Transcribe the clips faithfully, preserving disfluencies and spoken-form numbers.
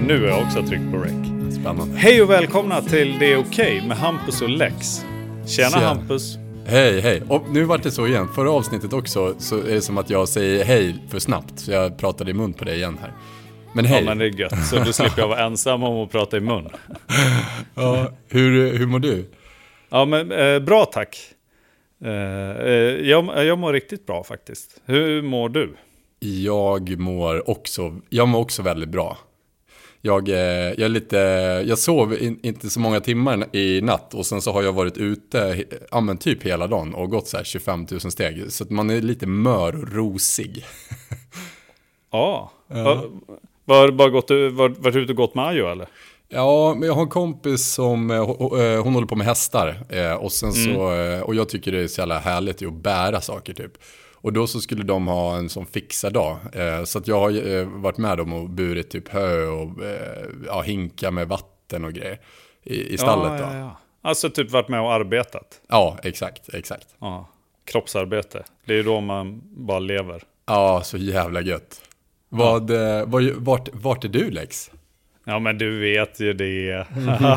Nu är jag också tryckt på rec. Spännande. Hej och välkomna till Det är okej med Hampus och Lex. Tjena, Tjena. Hampus. Hej, hej. Och nu var det så igen. Förra avsnittet också så är det som att jag säger hej för snabbt. Så jag pratade i mun på dig igen här. Men hej. Ja, men det är gött. Så du slipper jag vara ensam om att prata i mun. Ja, hur, hur mår du? Ja, men eh, bra tack. Eh, jag, jag mår riktigt bra faktiskt. Hur mår du? Jag mår också, jag mår också väldigt bra. Jag, jag är lite, jag sov in, inte så många timmar i natt och sen så har jag varit ute, ja men typ hela dagen och gått så här tjugofem tusen steg. Så att man är lite mör och rosig. Ja, ja. Var bara gått, var, var ute och gått med Ajo eller? Ja, men jag har en kompis som, hon håller på med hästar och, sen så, mm. och jag tycker det är så jävla härligt att bära saker typ. Och då så skulle de ha en sån fixardag. Eh, så att jag har eh, varit med dem och burit typ hö och eh, ja, hinka med vatten och grejer i, i stallet. Ja, då. ja, ja. Alltså typ varit med och arbetat. Ja, exakt, exakt. Ja, kroppsarbete. Det är ju då man bara lever. Ja, så jävla gött. Vad, ja. vad, vart, vart är du, Lex? Ja, men du vet ju det.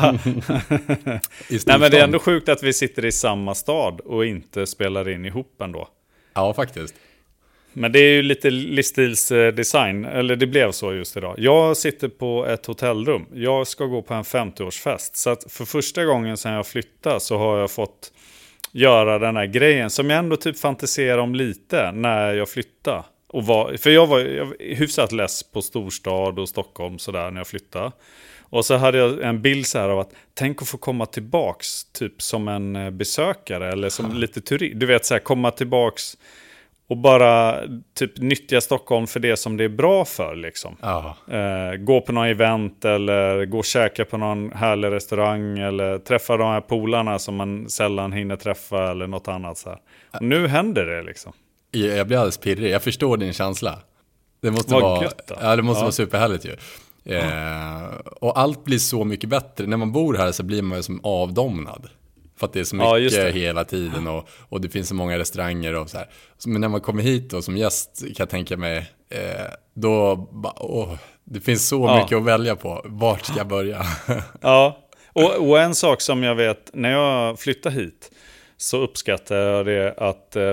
Nej, men det är ändå sjukt att vi sitter i samma stad och inte spelar in ihop ändå. Ja, faktiskt. Men det är ju lite livsstilsdesign, eller det blev så just idag. Jag sitter på ett hotellrum. Jag ska gå på en femtioårsfest. Så att för första gången sedan jag flyttade så har jag fått göra den här grejen som jag ändå typ fantiserar om lite när jag flyttade. Och var, för jag var, jag var hyfsat less på storstad och Stockholm sådär när jag flyttade. Och så hade jag en bild så här av att tänk att få komma tillbaks typ som en besökare eller som ja. lite turist. Du vet så här, komma tillbaks och bara typ nyttja Stockholm för det som det är bra för liksom. Ja. Eh, gå på någon event eller gå och käka på någon härlig restaurang eller träffa de här polarna som man sällan hinner träffa eller något annat så här. Och nu händer det liksom. Jag blir alldeles pirrig. Jag förstår din känsla. Det måste Vad vara, gött då. ja, det måste ja. vara superhärligt ju. Eh, och allt blir så mycket bättre. När man bor här så blir man ju som avdomnad. För att det är så mycket ja, hela tiden och, och det finns så många restauranger och så här. Men när man kommer hit då som gäst kan jag tänka mig, eh, då åh, det finns så ja. mycket att välja på. Vart ska jag börja? Ja, och, och en sak som jag vet, när jag flyttar hit så uppskattar jag det att eh,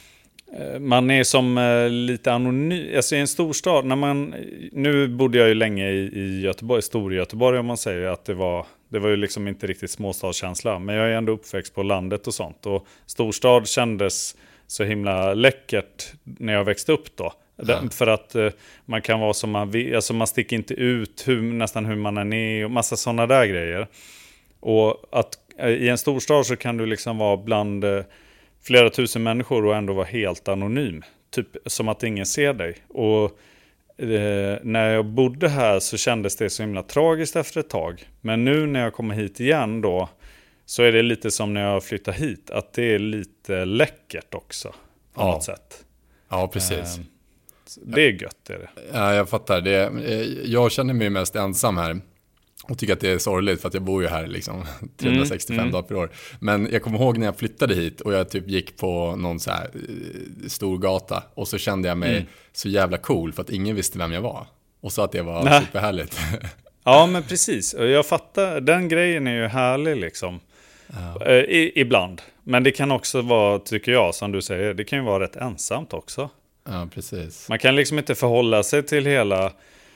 man är som eh, lite anonym, alltså i en storstad, när man, nu bodde jag ju länge i, i Göteborg, stor Göteborg om man säger att det var, det var ju liksom inte riktigt småstadskänsla, men jag är ändå uppväxt på landet och sånt, och storstad kändes så himla läckert när jag växte upp då, mm. för att eh, man kan vara som man vill, alltså man sticker inte ut hur, nästan hur man är och massa sådana där grejer, och att eh, i en storstad så kan du liksom vara bland eh, flera tusen människor och ändå vara helt anonym. Typ som att ingen ser dig. Och eh, när jag bodde här så kändes det så himla tragiskt efter ett tag. Men nu när jag kommer hit igen då så är det lite som när jag flyttar hit. Att det är lite läckert också. På ja. något sätt. Ja, precis. Eh, det är gött, är det. Ja, jag fattar. Det, jag känner mig mest ensam här. Och tycker att det är sorgligt för att jag bor ju här liksom trehundrasextiofem mm, dagar per år. Men jag kommer ihåg när jag flyttade hit och jag typ gick på någon så här uh, stor gata. Och så kände jag mig mm. så jävla cool för att ingen visste vem jag var. Och så att det var Nä. superhärligt. Ja, men precis. Och jag fattar, den grejen är ju härlig liksom. Ja. I, ibland. Men det kan också vara, tycker jag, som du säger, det kan ju vara rätt ensamt också. Ja, precis. Man kan liksom inte förhålla sig till hela...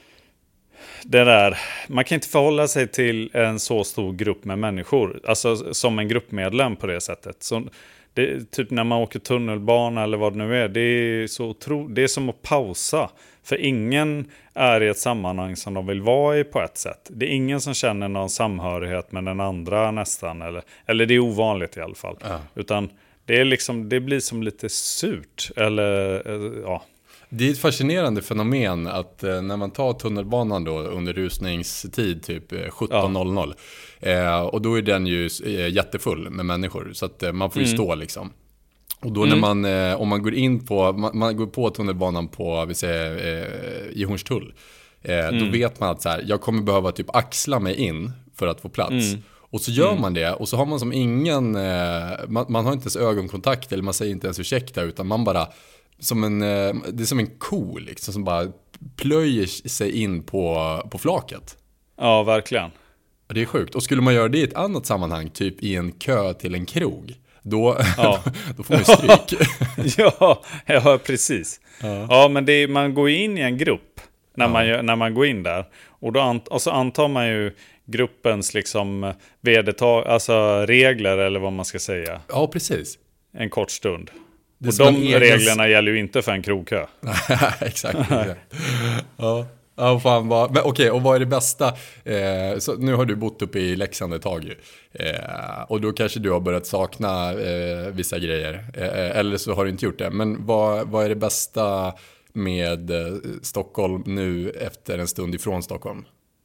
Det där, man kan inte förhålla sig till en så stor grupp med människor, alltså som en gruppmedlem på det sättet. Så det, typ när man åker tunnelbana eller vad det nu är, det är, så otro, det är som att pausa. För ingen är i ett sammanhang som de vill vara i på ett sätt. Det är ingen som känner någon samhörighet med den andra nästan, eller, eller det är ovanligt i alla fall. Ja. Utan det, är liksom, det blir som lite surt, eller ja... Det är ett fascinerande fenomen att eh, när man tar tunnelbanan då under rusningstid typ sjutton noll noll ja. eh, och då är den ju eh, jättefull med människor så att eh, man får ju mm. stå liksom. Och då mm. när man eh, om man går in på man, man går på tunnelbanan på vi säger eh, i Hornstull eh, mm. då vet man att så här, jag kommer behöva typ axla mig in för att få plats. Mm. Och så gör mm. man det och så har man som ingen eh, man, man har inte ens ögonkontakt eller man säger inte ens ursäkta utan man bara som en, det är som en ko liksom, som bara plöjer sig in på, på flaket. Ja, verkligen. Det är sjukt. Och skulle man göra det i ett annat sammanhang, typ i en kö till en krog, då, Ja. då får man ju stryk. ja, ja, precis. Ja. Ja, men det är, man går in i en grupp när, Ja. man, gör- när man går in där. Och, då ant, och så antar man ju gruppens liksom vedertag, alltså regler eller vad man ska säga. Ja, precis. En kort stund. Det är Och som de en egen- reglerna gäller ju inte för en krogkö. exakt. exakt. Ja. Ja, fan vad... Men okej, och vad är det bästa? Eh, så nu har du bott uppe i Leksand ett tag ju. Eh, och då kanske du har börjat sakna eh, vissa grejer. Eh, eller så har du inte gjort det. Men vad, vad är det bästa med eh, Stockholm nu efter en stund ifrån Stockholm?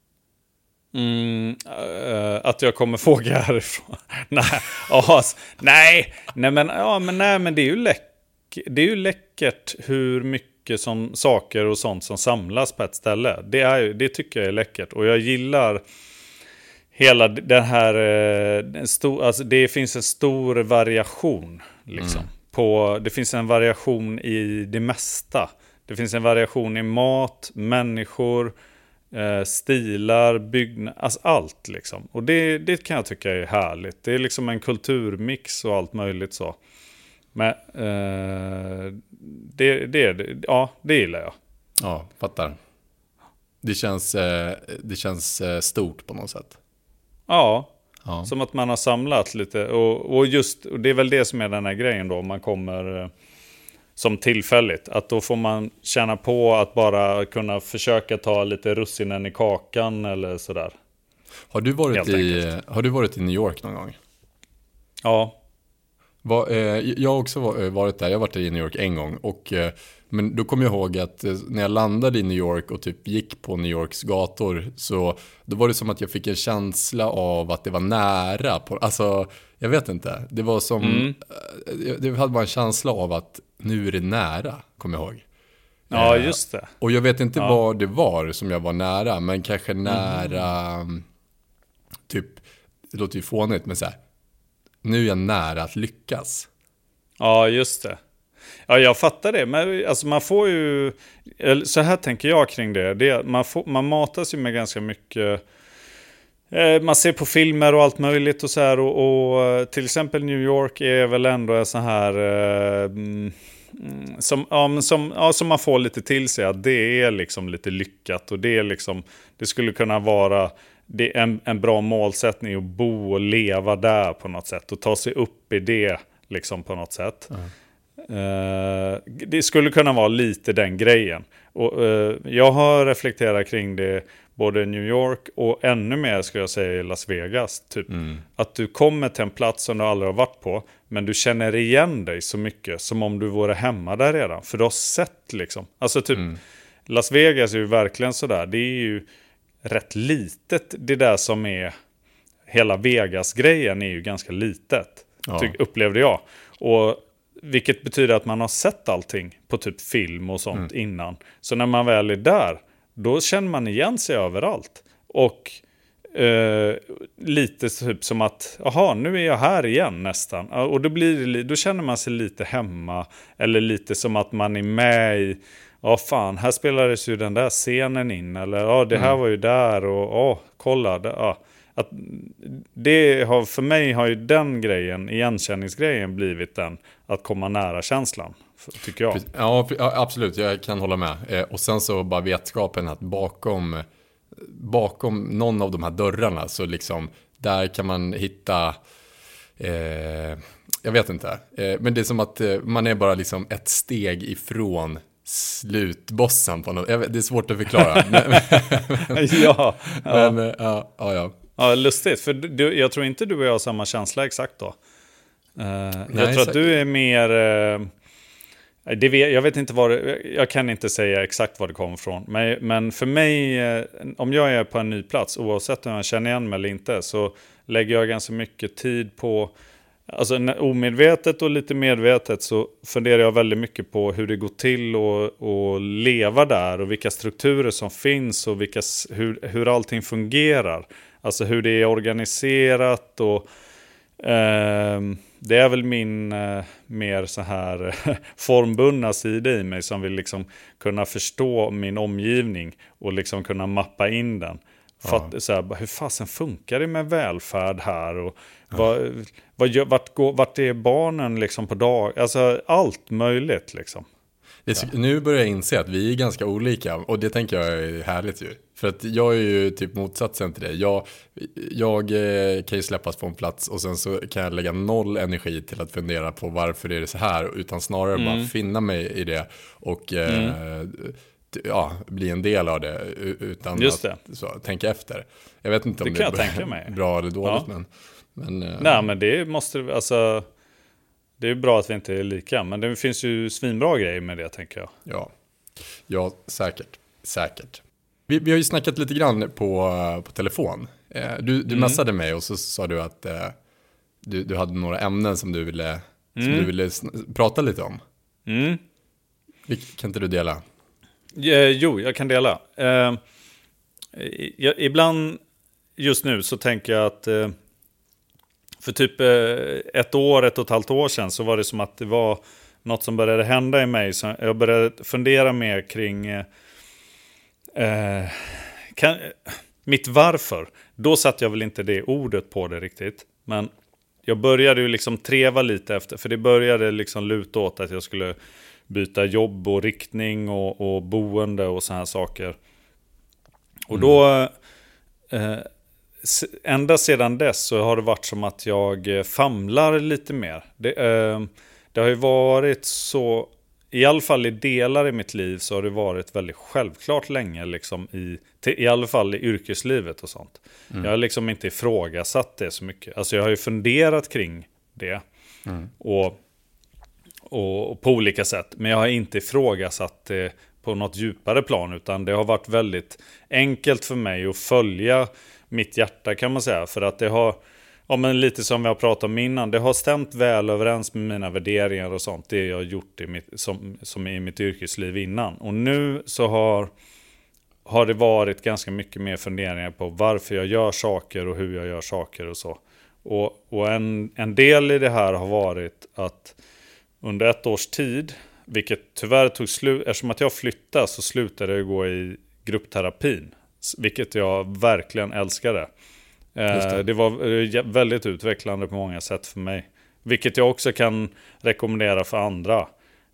Mm, eh, att jag kommer få åka härifrån. nej, ja, s- nej, nej, men, ja, men, nej, men det är ju läck, det är ju läckert hur mycket som saker och sånt som samlas på ett ställe. Det, är, ju- det tycker jag är läckert. Och jag gillar hela den här... eh, den stor, alltså det finns en stor variation. Liksom, på, det finns en variation i det mesta. Det finns en variation i mat, människor... Eh, stilar, byggnad, alltså allt liksom. Och det, det kan jag tycka är härligt. Det är liksom en kulturmix och allt möjligt så. Men eh, det, det, ja, det gillar jag. Ja, fattar. Det känns, eh, det känns eh, stort på något sätt. Ja, Ja. som att man har samlat lite. Och, och just, och det är väl det som är den här grejen då. Om man kommer eh, som tillfälligt. Att då får man känna på att bara kunna försöka ta lite russinen i kakan eller sådär. Har du varit Helt i, enkelt. har du varit i New York någon gång? Ja, Va, eh, jag har också va- varit där, jag har varit i New York en gång. Och, eh, men då kommer jag ihåg att eh, när jag landade i New York och typ gick på New Yorks gator, så då var det som att jag fick en känsla av att det var nära. På, alltså, jag vet inte. Det var som, Mm. eh, det hade bara en känsla av att nu är det nära, kommer jag ihåg. ja Eh, just det. Och jag vet inte Ja. vad det var som jag var nära, men kanske nära, mm, typ, det låter ju fånigt, men så här, nu är jag nära att lyckas. Ja, just det. Ja, jag fattar det. Men alltså man får ju... eller så här tänker jag kring det. det är att man, får, man matas ju med ganska mycket... Eh, man ser på filmer och allt möjligt och så här. Och, och eh, till exempel New York är väl ändå en sån här... Eh, mm, som, ja, men som, ja, som man får lite till sig. Att det är liksom lite lyckat. Och det är liksom... Det skulle kunna vara... Det är en, en bra målsättning att bo och leva där på något sätt. Och ta sig upp i det liksom på något sätt. Eh, det skulle kunna vara lite den grejen. Och, eh, jag har reflekterat kring det både i New York och ännu mer skulle jag säga i Las Vegas. Typ. Att du kommer till en plats som du aldrig har varit på, men du känner igen dig så mycket som om du vore hemma där redan. För du har sett liksom. Alltså typ Las Vegas är ju verkligen sådär. Det är ju rätt litet, det där som är hela Vegas-grejen är ju ganska litet. Ja. Ty- upplevde jag. Och vilket betyder att man har sett allting på typ film och sånt innan. Så när man väl är där, då känner man igen sig överallt. Och eh, lite typ som att, jaha, nu är jag här igen nästan. Ja, och då, blir det, li- då känner man sig lite hemma. Eller lite som att man är med i, ja fan, här spelades ju den där scenen in. Eller ja, det här var ju där och ja, kolla. Det, ja. Att det har, för mig har ju den grejen, igenkänningsgrejen, blivit den att komma nära känslan, tycker jag. Ja, ja, absolut, jag kan hålla med. Eh, och sen så bara vetskapen att bakom, bakom någon av de här dörrarna, så liksom, där kan man hitta, eh, jag vet inte, eh, men det är som att eh, man är bara liksom ett steg ifrån slutbossen på något. Jag vet, det är svårt att förklara. men, ja, ja. men, eh, ja, ja, ja. Ja, lustigt. För du, jag tror inte du och jag har samma känsla exakt då. Uh, jag tror säkert. att du är mer... Uh, det vet, jag vet inte vad det, jag kan inte säga exakt var det kommer ifrån. Men, men för mig, uh, om jag är på en ny plats, oavsett om jag känner igen mig eller inte, så lägger jag ganska mycket tid på... Alltså omedvetet och lite medvetet så funderar jag väldigt mycket på hur det går till att, att leva där. Och vilka strukturer som finns och vilka, hur, hur allting fungerar. Alltså hur det är organiserat och eh, det är väl min eh, mer så här formbundna sida i mig som vill liksom kunna förstå min omgivning och liksom kunna mappa in den. För Ja. att, så här, hur fasen funkar det med välfärd här? Och vad, vad gör, vart, går, vart är barnen liksom på dag? Alltså allt möjligt liksom. Det är, nu börjar jag inse att vi är ganska olika och det tänker jag är härligt ju. För att jag är ju typ motsatsen till det. Jag, jag kan ju släppas på en plats och sen så kan jag lägga noll energi till att fundera på varför är det så här. Utan snarare mm. bara finna mig i det och mm. eh, ja, bli en del av det utan Just att så, tänka efter. Jag vet inte om det, det, det är bra eller dåligt. Ja. Men, men, eh. Nej men det måste, alltså... Det är bra att vi inte är lika, men det finns ju svinbra grejer med det, tänker jag. Ja, ja säkert. säkert. Vi, vi har ju snackat lite grann på, på telefon. Eh, du du mm. messade mig och så sa du att eh, du, du hade några ämnen som du ville, mm. som du ville sn- prata lite om. Mm. Kan inte du dela? Eh, jo, jag kan dela. Eh, jag, ibland just nu så tänker jag att... Eh, För typ ett år, ett och ett halvt år sedan så var det som att det var något som började hända i mig. Så jag började fundera mer kring eh, kan, mitt varför. Då satte jag väl inte det ordet på det riktigt. Men jag började ju liksom treva lite efter. För det började liksom luta åt att jag skulle byta jobb och riktning och, och boende och så här saker. Och då... Eh, Ända sedan dess så har det varit som att jag famlar lite mer. Det, eh, det har ju varit så, i alla fall i delar i mitt liv så har det varit väldigt självklart länge liksom i, till, i alla fall i yrkeslivet och sånt. Mm. Jag har liksom inte ifrågasatt det så mycket. Alltså jag har ju funderat kring det mm. och, och, och på olika sätt. Men jag har inte ifrågasatt det på något djupare plan, utan det har varit väldigt enkelt för mig att följa mitt hjärta, kan man säga, för att det har, ja men lite som vi har pratat om innan, det har stämt väl överens med mina värderingar och sånt, det jag har gjort i mitt, som, som i mitt yrkesliv innan. Och nu så har, har det varit ganska mycket mer funderingar på varför jag gör saker och hur jag gör saker och så. Och, och en, en del i det här har varit att under ett års tid, vilket tyvärr tog slut, eftersom att jag flyttade så slutade jag gå i gruppterapin. Vilket jag verkligen älskade. Det. det var väldigt utvecklande på många sätt för mig. Vilket jag också kan rekommendera för andra.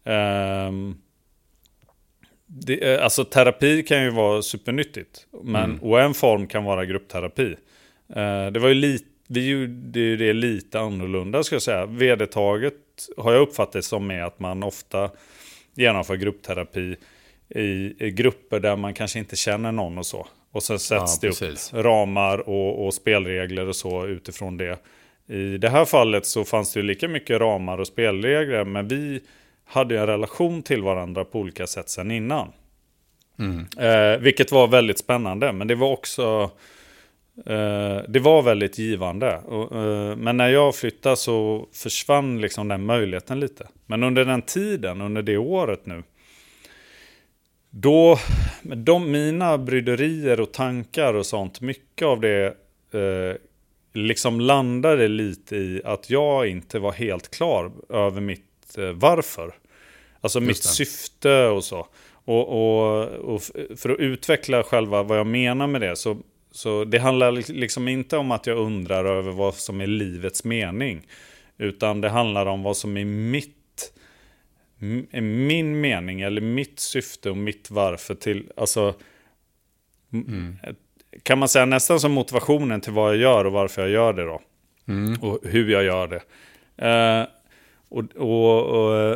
Det, alltså terapi kan ju vara supernyttigt. Men, mm. Och en form kan vara gruppterapi. Det var ju lite, vi gjorde ju det lite annorlunda, ska jag säga. Vedertaget har jag uppfattat som är att man ofta genomför gruppterapi i, i grupper där man kanske inte känner någon och så. Och så sätts ja, det precis. upp ramar och, och spelregler och så utifrån det. I det här fallet så fanns det ju lika mycket ramar och spelregler, men vi hade en relation till varandra på olika sätt sedan innan. Mm. Eh, vilket var väldigt spännande, men det var också eh, det var väldigt givande. Och, eh, men när jag flyttade så försvann liksom den möjligheten lite. Men under den tiden, under det året nu, då, de, mina bryderier och tankar och sånt, mycket av det eh, liksom landade lite i att jag inte var helt klar över mitt eh, varför. Alltså mitt syfte och så. Och, och, och för att utveckla själva vad jag menar med det, så, så det handlar liksom inte om att jag undrar över vad som är livets mening, utan det handlar om vad som är mitt min mening eller mitt syfte och mitt varför till, alltså mm. kan man säga nästan som motivationen till vad jag gör och varför jag gör det då. Mm. Och hur jag gör det. Eh, och, och, och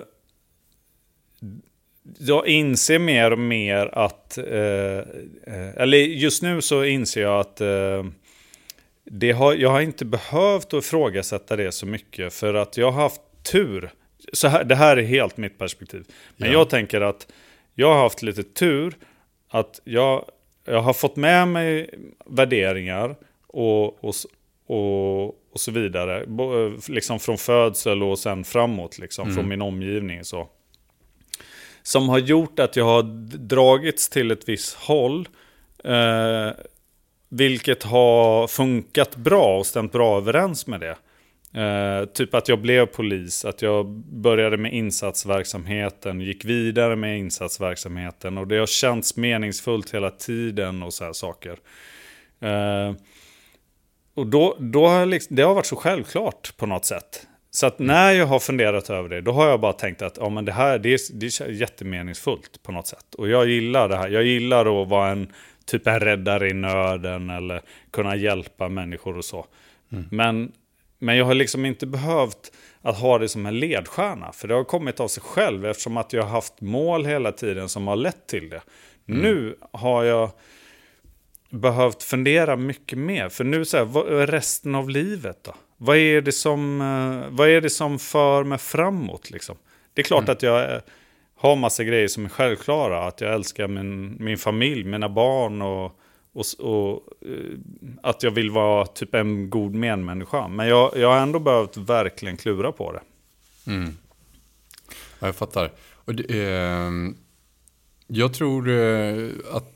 jag inser mer och mer att eh, eller just nu så inser jag att eh, det har, jag har inte behövt att ifrågasätta det så mycket, för att jag har haft tur. Så här, det här är helt mitt perspektiv. Men ja. Jag tänker att jag har haft lite tur att jag, jag har fått med mig värderingar och, och, och, och så vidare. Liksom från födsel och sen framåt liksom, mm. från min omgivning. Så. Som har gjort att jag har dragits till ett visst håll. Eh, vilket har funkat bra och stämt bra överens med det. Uh, typ att jag blev polis, att jag började med insatsverksamheten, gick vidare med insatsverksamheten, och det har känts meningsfullt hela tiden och så här saker. Uh, och då, då har liksom, det har varit så självklart på något sätt. Så att när jag har funderat över det, då har jag bara tänkt att ja, men det här det är, det är jättemeningsfullt på något sätt. Och jag gillar det här. Jag gillar att vara en typ en räddare i nöden eller kunna hjälpa människor och så. Mm. Men, men jag har liksom inte behövt att ha det som en ledstjärna. För det har kommit av sig själv eftersom att jag har haft mål hela tiden som har lett till det. Mm. Nu har jag behövt fundera mycket mer. För nu så här, vad är resten av livet då? Vad är det som, vad är det som för mig framåt liksom? Det är klart mm. att jag har massa grejer som är självklara. Att jag älskar min, min familj, mina barn och, och, och att jag vill vara typ en god medmänniska. Men jag, jag har ändå behövt verkligen klura på det. Mm. Ja, jag fattar. Och det, eh, jag tror eh, att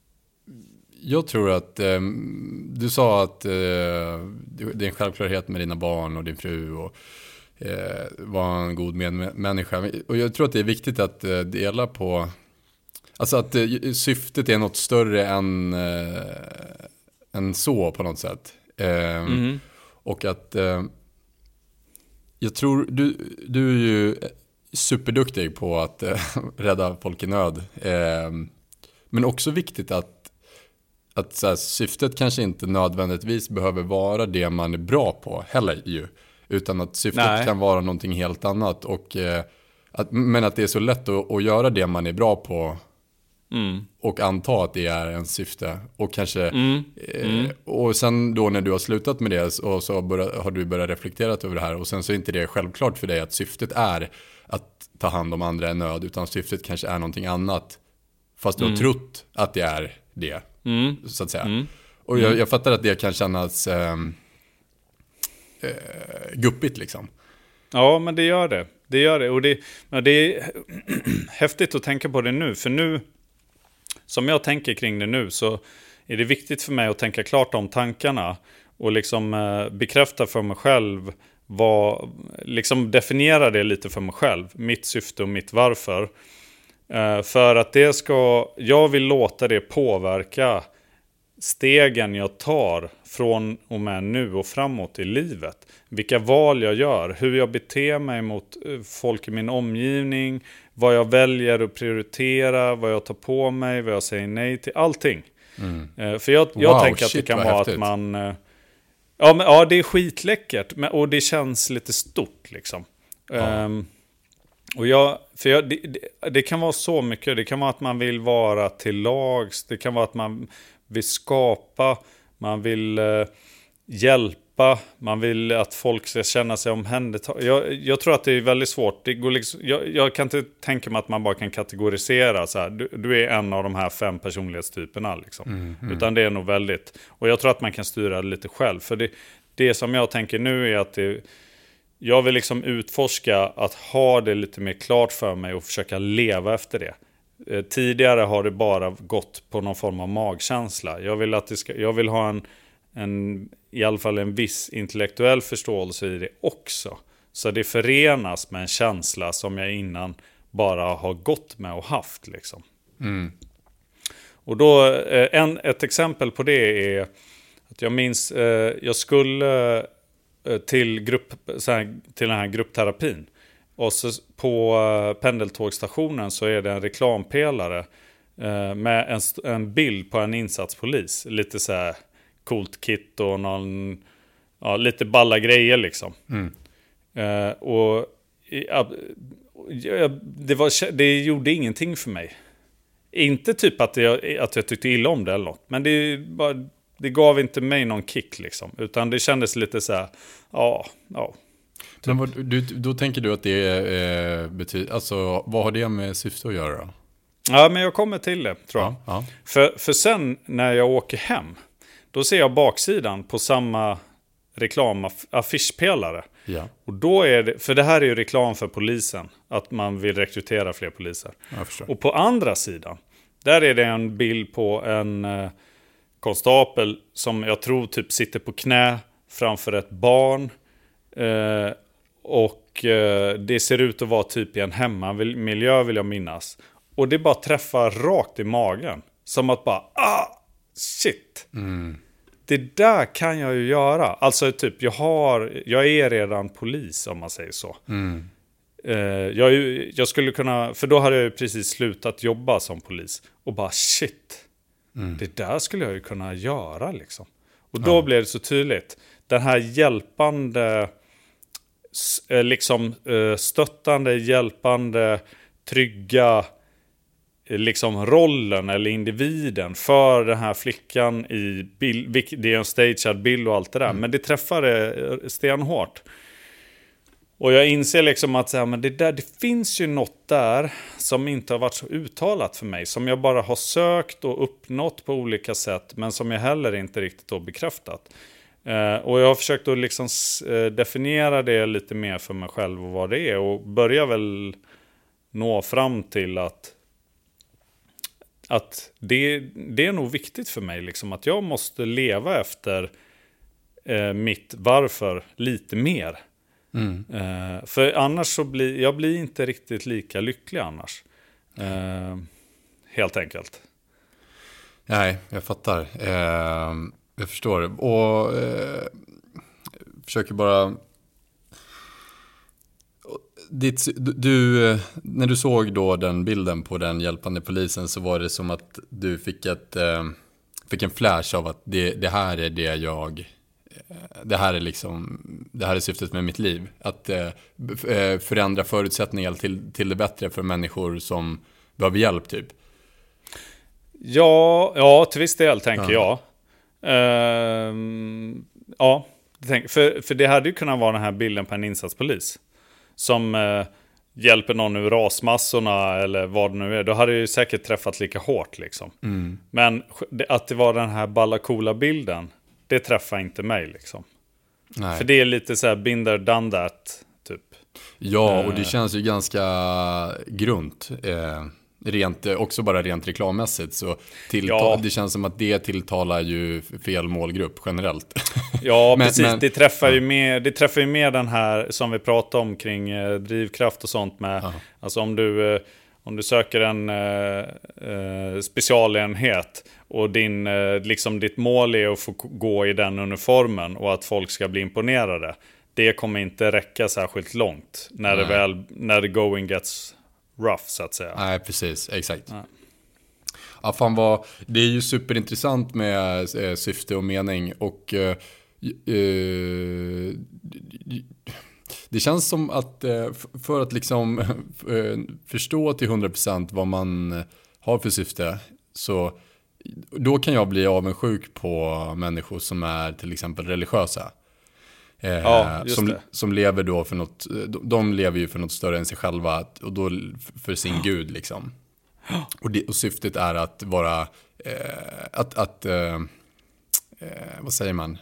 Jag tror att eh, du sa att eh, det är en självklarhet med dina barn och din fru och eh, vara en god medmänniska. Och jag tror att det är viktigt att eh, dela på, alltså att eh, syftet är något större än, eh, än så på något sätt. Eh, mm. Och att eh, jag tror, du, du är ju superduktig på att eh, rädda folk i nöd. Eh, men också viktigt att Att så här, syftet kanske inte nödvändigtvis behöver vara det man är bra på heller ju. Utan att syftet Nej. kan vara någonting helt annat. Och, eh, att, men att det är så lätt att, att göra det man är bra på. Mm. Och anta att det är en syfte. Och kanske mm. Mm. Eh, och sen då när du har slutat med det och så börjat, har du börjat reflektera över det här. Och sen så är inte det självklart för dig att syftet är att ta hand om andra i nöd. Utan syftet kanske är någonting annat. Fast du mm. har trott att det är det. Mm. Så att säga. Mm. Och jag, jag fattar att det kan kännas eh, eh, guppigt liksom. Ja, men det gör det. Det gör det. Och det, ja, det är häftigt att tänka på det nu. För nu, som jag tänker kring det nu, så är det viktigt för mig att tänka klart om tankarna. Och liksom eh, bekräfta för mig själv. Vad, liksom definiera det lite för mig själv. Mitt syfte och mitt varför. Uh, för att det ska, jag vill låta det påverka stegen jag tar från och med nu och framåt i livet. Vilka val jag gör, hur jag beter mig mot folk i min omgivning, vad jag väljer att prioritera, vad jag tar på mig, vad jag säger nej till, allting. Mm. Uh, för jag, jag wow, tänker shit, att det kan vara häftigt. Att man... Uh, ja, men, ja, det är skitläckert men, och det känns lite stort liksom. Ja. Um, Och jag, för jag, det, det, det kan vara så mycket. Det kan vara att man vill vara till lags. Det kan vara att man vill skapa. Man vill eh, hjälpa. Man vill att folk ska känna sig omhändertagna. Jag, jag tror att det är väldigt svårt. Det går liksom, jag, jag kan inte tänka mig att man bara kan kategorisera. Så här, du, du är en av de här fem personlighetstyperna. Liksom. Mm, mm. Utan det är nog väldigt... Och jag tror att man kan styra det lite själv. För det, det som jag tänker nu är att det... Jag vill liksom utforska att ha det lite mer klart för mig och försöka leva efter det. Eh, tidigare har det bara gått på någon form av magkänsla. Jag vill, att det ska, jag vill ha en, en, i alla fall en viss intellektuell förståelse i det också. Så det förenas med en känsla som jag innan bara har gått med och haft. Liksom. Mm. Och då, eh, en, ett exempel på det är att jag minns, eh, jag skulle... till grupp så här, till den här gruppterapin. Och så på pendeltågstationen så är det en reklampelare eh, med en, en bild på en insatspolis. Lite så här coolt kit och någon, ja, lite balla grejer liksom. Mm. Eh, och ja, det, var, det gjorde ingenting för mig. Inte typ att jag, att jag tyckte illa om det eller något. Men det bara... Det gav inte mig någon kick liksom. Utan det kändes lite så här. Ja, ja. Typ. Men vad, du, då tänker du att det eh, betyder... Alltså, vad har det med syfte att göra då? Ja, men jag kommer till det, tror jag. Ja, ja. För, för sen när jag åker hem. Då ser jag baksidan på samma reklamaffischpelare. Ja. Och då är det... För det här är ju reklam för polisen. Att man vill rekrytera fler poliser. Och på andra sidan. Där är det en bild på en... konstapel som jag tror typ sitter på knä framför ett barn. Eh, och eh, det ser ut att vara typ i en hemmamiljö vill jag minnas. Och det bara träffar rakt i magen. Som att bara, ah, shit. Mm. det där kan jag ju göra. Alltså typ, jag, har, jag är redan polis om man säger så. Mm. Uh, jag, jag skulle kunna, för då hade jag ju precis slutat jobba som polis. Och bara shit, mm. det där skulle jag ju kunna göra liksom. Och då ja. blev det så tydligt. Den här hjälpande, liksom stöttande, hjälpande, trygga liksom rollen eller individen för den här flickan i bild, det är en stagead bild och allt det där. Mm. Men det träffade stenhårt. Och jag inser liksom att så här, men det, där, det finns ju något där som inte har varit så uttalat för mig. Som jag bara har sökt och uppnått på olika sätt. Men som jag heller inte riktigt har bekräftat. Uh, och jag har försökt att liksom uh, definiera det lite mer för mig själv och vad det är. Och börja väl nå fram till att, att det, det är nog viktigt för mig. Liksom, att jag måste leva efter uh, mitt varför lite mer. Mm. Uh, för annars så blir jag blir inte riktigt lika lycklig annars. Uh, helt enkelt. Nej, jag fattar. Uh, jag förstår. Och uh, försöker bara... Ditt, du, när du såg då den bilden på den hjälpande polisen så var det som att du fick, ett, uh, fick en flash av att det, det här är det jag... Det här är liksom det här är syftet med mitt liv, att eh, förändra förutsättningar till, till det bättre för människor som behöver hjälp typ. Ja, ja till viss del tänker ja. jag. Uh, ja, för, för det hade ju kunnat vara den här bilden på en insatspolis som uh, hjälper någon ur rasmassorna eller vad det nu är. Då hade det ju säkert träffat lika hårt liksom. Mm. Men att det var den här balla coola bilden, det träffar inte mig liksom. Nej. För det är lite så här binder done that typ. Ja, och det känns ju ganska grunt. Eh, rent, också bara rent reklammässigt. Så tilltal- ja. Det känns som att det tilltalar ju fel målgrupp generellt. Ja, men, precis. Men, det, träffar ja. ju med, det träffar ju med den här som vi pratade om kring eh, drivkraft och sånt. Med, ja. Alltså om du... Eh, Om du söker en eh, eh, specialenhet och din, eh, liksom ditt mål är att få gå i den uniformen och att folk ska bli imponerade. Det kommer inte räcka särskilt långt när, det väl, när the going gets rough så att säga. Nej, precis. Exakt. Nej. Ja, fan vad, det är ju superintressant med eh, syfte och mening och... Eh, eh, Det känns som att för att liksom förstå till hundra procent vad man har för syfte, så då kan jag bli avundsjuk på människor som är till exempel religiösa. Ja, som, det. som lever då för något, de lever ju för något större än sig själva och då för sin ja. Gud liksom. Och, det, och syftet är att vara eh, att, att eh, vad säger man?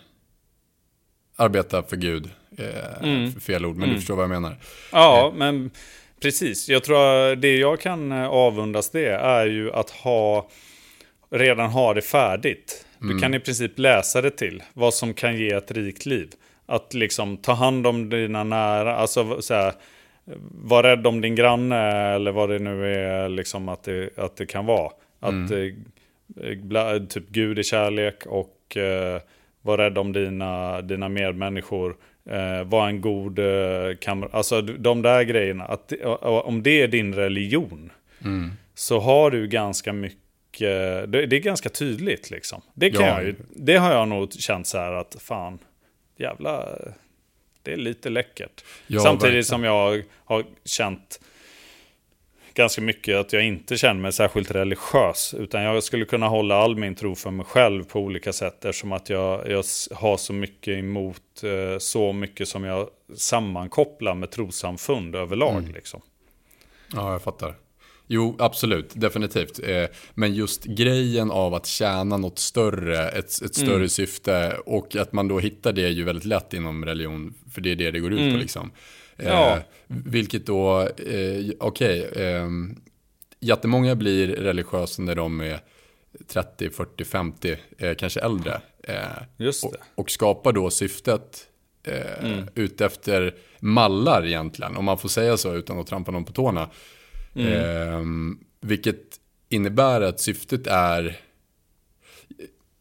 Arbeta för Gud. Mm. Fel ord, men mm. du förstår vad jag menar. Ja, men precis. Jag tror att det jag kan avundas det är ju att ha redan ha det färdigt. Du mm. kan i princip läsa det till vad som kan ge ett rikt liv. Att liksom ta hand om dina nära, alltså så här, var rädd om din granne eller vad det nu är liksom att det, att det kan vara. Att mm. typ Gud är kärlek och uh, var rädd om dina, dina medmänniskor. Eh, var en god eh, kamrat. Alltså de där grejerna. Att, om det är din religion mm. så har du ganska mycket. Det, det är ganska tydligt liksom. Det, kan ja. jag ju, det har jag nog känt så här att fan, jävla, det är lite läckert. Ja, samtidigt verkligen. Som jag har känt ganska mycket att jag inte känner mig särskilt religiös, utan jag skulle kunna hålla all min tro för mig själv på olika sätt, eftersom att jag, jag har så mycket emot eh, så mycket som jag sammankopplar med trossamfund överlag mm. liksom. Ja, jag fattar. Jo, absolut, definitivt. Eh, men just grejen av att tjäna något större, ett, ett större mm. syfte, och att man då hittar det är ju väldigt lätt inom religion, för det är det det går ut mm. på liksom. Ja. Eh, vilket då, eh, okej, okay, eh, jättemånga blir religiösa när de är trettio, fyrtio, femtio, eh, kanske äldre. Eh, Just det. Och, och skapar då syftet eh, mm. utefter mallar egentligen, om man får säga så utan att trampa någon på tårna. Mm. Eh, vilket innebär att syftet är...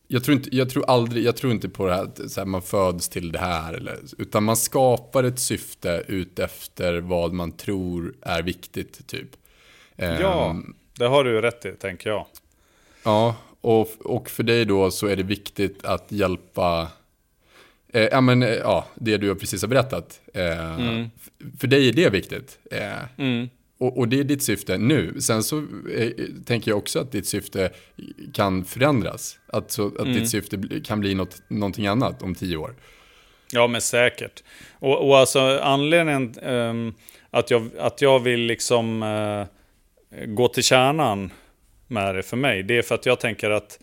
Jag tror inte, jag tror aldrig, jag tror inte på det här att så här, man föds till det här. Eller, utan man skapar ett syfte ut efter vad man tror är viktigt, typ. Ja, um, det har du rätt i, tänker jag. Ja, och, och för dig då så är det viktigt att hjälpa... Eh, ja, men, eh, ja, det du precis har berättat. Eh, mm. För dig är det viktigt. Eh, mm. och, och det är ditt syfte nu. Sen så eh, tänker jag också att ditt syfte kan förändras. Att, så, att mm. ditt syfte kan bli något, någonting annat om tio år. Ja, men säkert. Och, och alltså anledningen um, att, jag, att jag vill liksom uh, gå till kärnan med det för mig, det är för att jag tänker att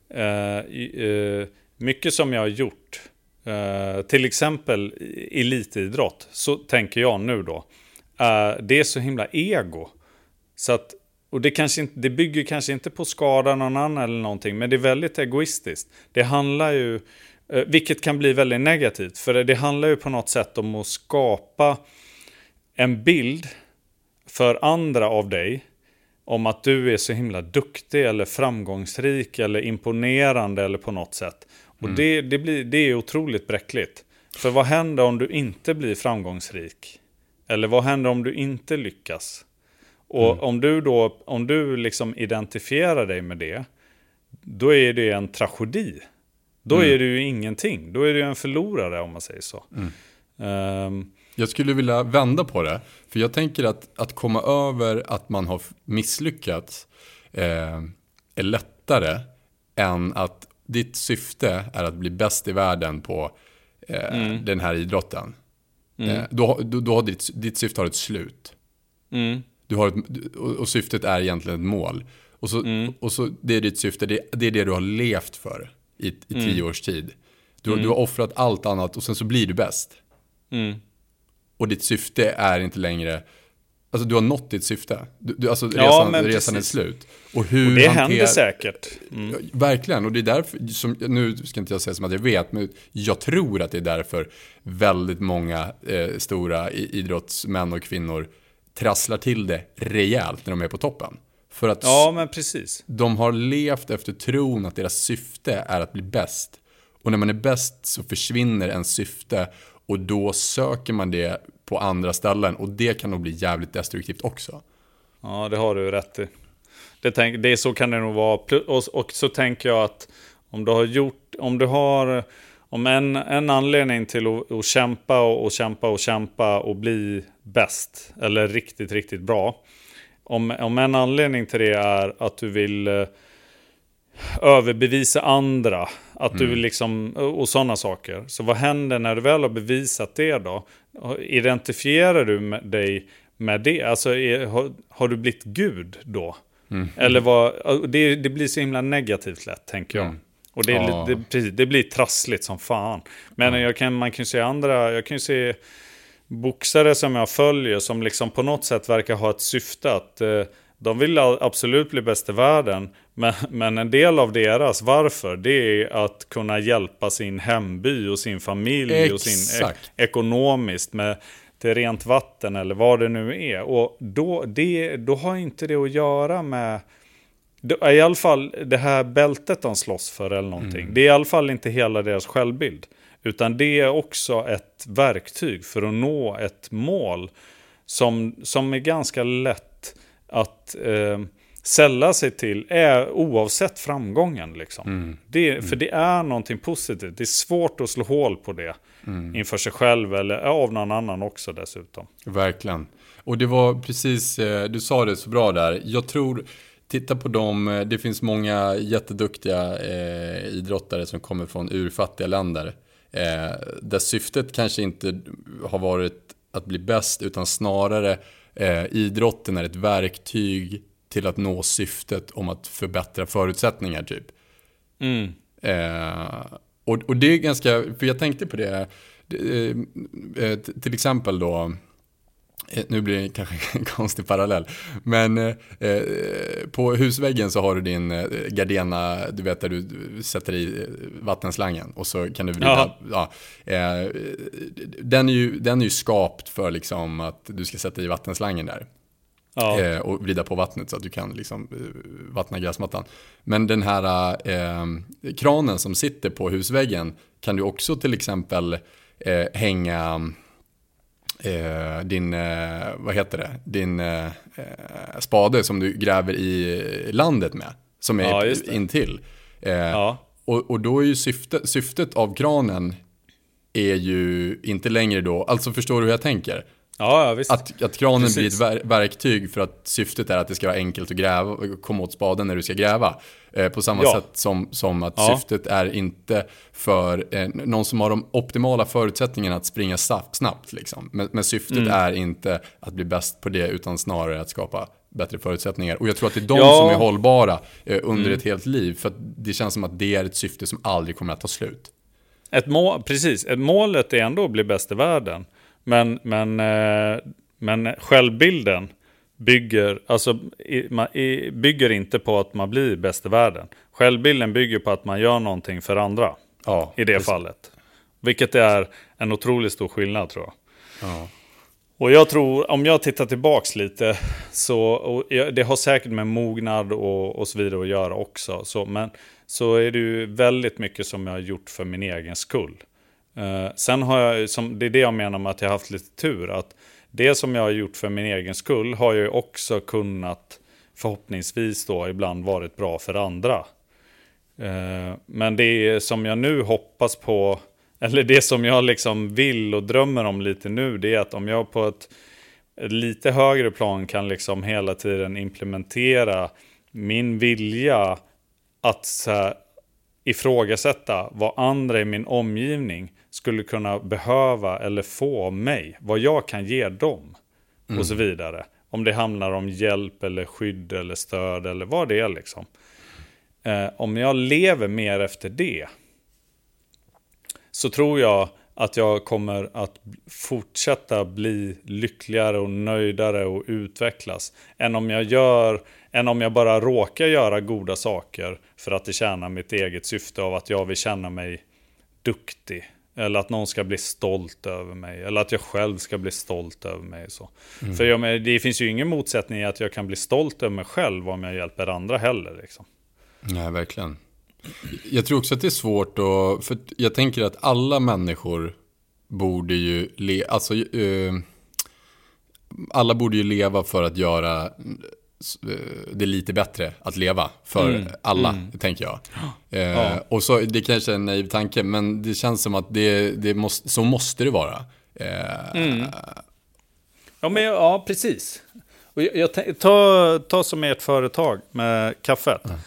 uh, uh, mycket som jag har gjort, Uh, till exempel elitidrott, så tänker jag nu då, uh, det är så himla ego, så att, och det, kanske inte, det bygger kanske inte på skada någon annan eller någonting, men det är väldigt egoistiskt. Det handlar ju, uh, vilket kan bli väldigt negativt, för det, det handlar ju på något sätt om att skapa en bild för andra av dig om att du är så himla duktig eller framgångsrik eller imponerande eller på något sätt. Och mm. det, det, blir, det är otroligt bräckligt. För vad händer om du inte blir framgångsrik? Eller vad händer om du inte lyckas? Och mm. om du då, om du liksom identifierar dig med det, då är det en tragedi. Då mm. är det ju ingenting. Då är det ju en förlorare, om man säger så. Mm. Um, jag skulle vilja vända på det. För jag tänker att, att komma över att man har misslyckats eh, är lättare än att ditt syfte är att bli bäst i världen på eh, mm. den här idrotten. Mm. Eh, då, då, då har ditt, ditt syfte har ett slut. Mm. Du har ett, och, och syftet är egentligen ett mål. Och så, mm. och så det är ditt syfte, det, det är det du har levt för i, i mm. tio års tid. Du, mm. du har offrat allt annat och sen så blir du bäst. Mm. Och ditt syfte är inte längre... Alltså du har nått ditt syfte. Du, du, alltså resan, ja, resan är slut. Och, hur och det hanter... händer säkert. Mm. Verkligen. Och det är därför, som, nu ska inte jag säga som att jag vet, men jag tror att det är därför väldigt många eh, stora idrottsmän och kvinnor trasslar till det rejält när de är på toppen. För att ja, men precis. De har levt efter tron att deras syfte är att bli bäst. Och när man är bäst så försvinner en syfte och då söker man det på andra ställen. Och det kan nog bli jävligt destruktivt också. Ja, det har du rätt i. Det, tänk, det är så kan det nog vara. Och, och så tänker jag att om du har gjort... Om du har... Om en, en anledning till att, att kämpa och, och kämpa och kämpa och bli bäst. Eller riktigt, riktigt bra. Om, om en anledning till det är att du vill eh, överbevisa andra. Att mm. du liksom... Och sådana saker. Så vad händer när du väl har bevisat det då? Identifierar du med dig med det? Alltså är, har, har du blivit Gud då? Mm. Eller vad, det, det blir så himla negativt lätt, tänker jag. Mm. Och det, ja. det, precis, det blir trassligt som fan. Men mm. jag kan, man kan ju se andra, jag kan ju se boxare som jag följer som liksom på något sätt verkar ha ett syfte att eh, de vill absolut bli bäst i världen. Men, men en del av deras varför, det är att kunna hjälpa sin hemby och sin familj. Exakt. Och sin ek- ekonomiskt med till rent vatten eller vad det nu är. Och då, det, då har inte det att göra med... I alla fall det här bältet de slåss för eller någonting. Mm. Det är i alla fall inte hela deras självbild. Utan det är också ett verktyg för att nå ett mål som, som är ganska lätt att eh, sälla sig till är, oavsett framgången. Liksom. Mm. Det, mm. För det är någonting positivt. Det är svårt att slå hål på det mm. inför sig själv eller av någon annan också dessutom. Verkligen. Och det var precis, du sa det så bra där. Jag tror... Titta på dem, det finns många jätteduktiga eh, idrottare som kommer från urfattiga länder. Eh, där syftet kanske inte har varit att bli bäst utan snarare eh, idrotten är ett verktyg till att nå syftet om att förbättra förutsättningar typ. Mm. Eh, och, och det är ganska, för jag tänkte på det, det eh, till exempel då. Nu blir det kanske en konstig parallell. Men eh, på husväggen så har du din eh, Gardena, du vet där du sätter i vattenslangen. Och så kan du vrida. Ja, eh, den, är ju, den är ju skapt för liksom att du ska sätta i vattenslangen där. Ja. Eh, och vrida på vattnet så att du kan liksom eh, vattna gräsmattan. Men den här eh, kranen som sitter på husväggen kan du också till exempel eh, hänga eh, din, eh, vad heter det, din eh, spade som du gräver i landet med, som är Ja, intill. Eh, ja. och, och då är ju syftet, syftet av kranen är ju inte längre då, alltså förstår du hur jag tänker? Ja, ja, visst. Att, att kranen Precis. blir ett ver- verktyg för att syftet är att det ska vara enkelt att gräva, komma åt spaden när du ska gräva. Eh, på samma Ja. sätt som, som att Ja. syftet är inte för eh, någon som har de optimala förutsättningarna att springa snabbt. snabbt liksom. men, men syftet Mm. är inte att bli bäst på det utan snarare att skapa bättre förutsättningar. Och jag tror att det är de Ja. som är hållbara eh, under Mm. ett helt liv. För att det känns som att det är ett syfte som aldrig kommer att ta slut. Ett mål, precis. Ett målet är ändå att bli bäst i världen. Men, men, eh, men självbilden bygger, alltså, i, man, i, bygger inte på att man blir bäst i världen. Självbilden bygger på att man gör någonting för andra. Ja, I det precis. fallet. Vilket är en otroligt stor skillnad, tror jag. Ja. Och jag tror, om jag tittar tillbaks lite, så och jag, det har säkert med mognad och, och så vidare att göra också. Så, men så är det ju väldigt mycket som jag har gjort för min egen skull. Uh, sen har jag, som, det är det jag menar med att jag har haft lite tur, att det som jag har gjort för min egen skull har jag ju också kunnat förhoppningsvis då ibland varit bra för andra. Uh, men det som jag nu hoppas på, eller det som jag liksom vill och drömmer om lite nu, det är att om jag på ett, ett lite högre plan kan liksom hela tiden implementera min vilja att så här, ifrågasätta vad andra i min omgivning skulle kunna behöva eller få av mig. Vad jag kan ge dem. Mm. Och så vidare. Om det handlar om hjälp eller skydd eller stöd eller vad det är liksom. Eh, om jag lever mer efter det, så tror jag att jag kommer att fortsätta bli lyckligare och nöjdare och utvecklas. Än om jag gör, än om jag bara råkar göra goda saker för att det tjänar mitt eget syfte av att jag vill känna mig duktig. Eller att någon ska bli stolt över mig. Eller att jag själv ska bli stolt över mig. Så. Mm. För jag, det finns ju ingen motsättning i att jag kan bli stolt över mig själv om jag hjälper andra heller. Liksom. Ja, verkligen. Jag tror också att det är svårt att, för jag tänker att alla människor borde ju le, alltså, uh, alla borde ju leva för att göra uh, det lite bättre att leva för mm. alla, mm. tänker jag. Uh, ja. Och så, det kanske är en naiv tanke, men det känns som att det, det måste, så måste det vara. Uh, mm. Ja, men, ja, precis. Och jag, jag tänk, ta, ta som ert företag med kaffet. Mm.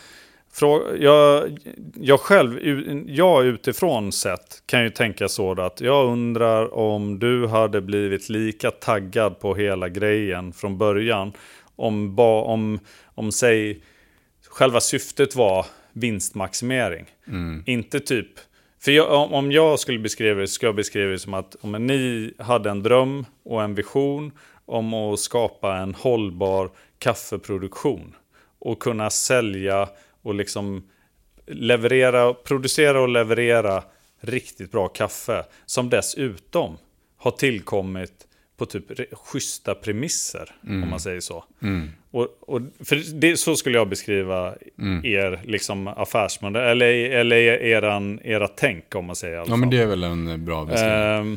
Jag, jag själv, jag utifrån sett kan ju tänka så att jag undrar om du hade blivit lika taggad på hela grejen från början om, om, om säg, själva syftet var vinstmaximering. Mm. Inte typ, för jag, om jag skulle beskriva det, ska jag beskriva det som att om ni hade en dröm och en vision om att skapa en hållbar kaffeproduktion och kunna sälja och liksom leverera, producera och leverera riktigt bra kaffe som dessutom har tillkommit på typ schyssta premisser, mm. om man säger så. Mm. Och, och för det, så skulle jag beskriva mm. er liksom affärsmodell eller, eller eran, era tänk, om man säger. I alla fall. Ja, men det är väl en bra beskrivning. Ehm,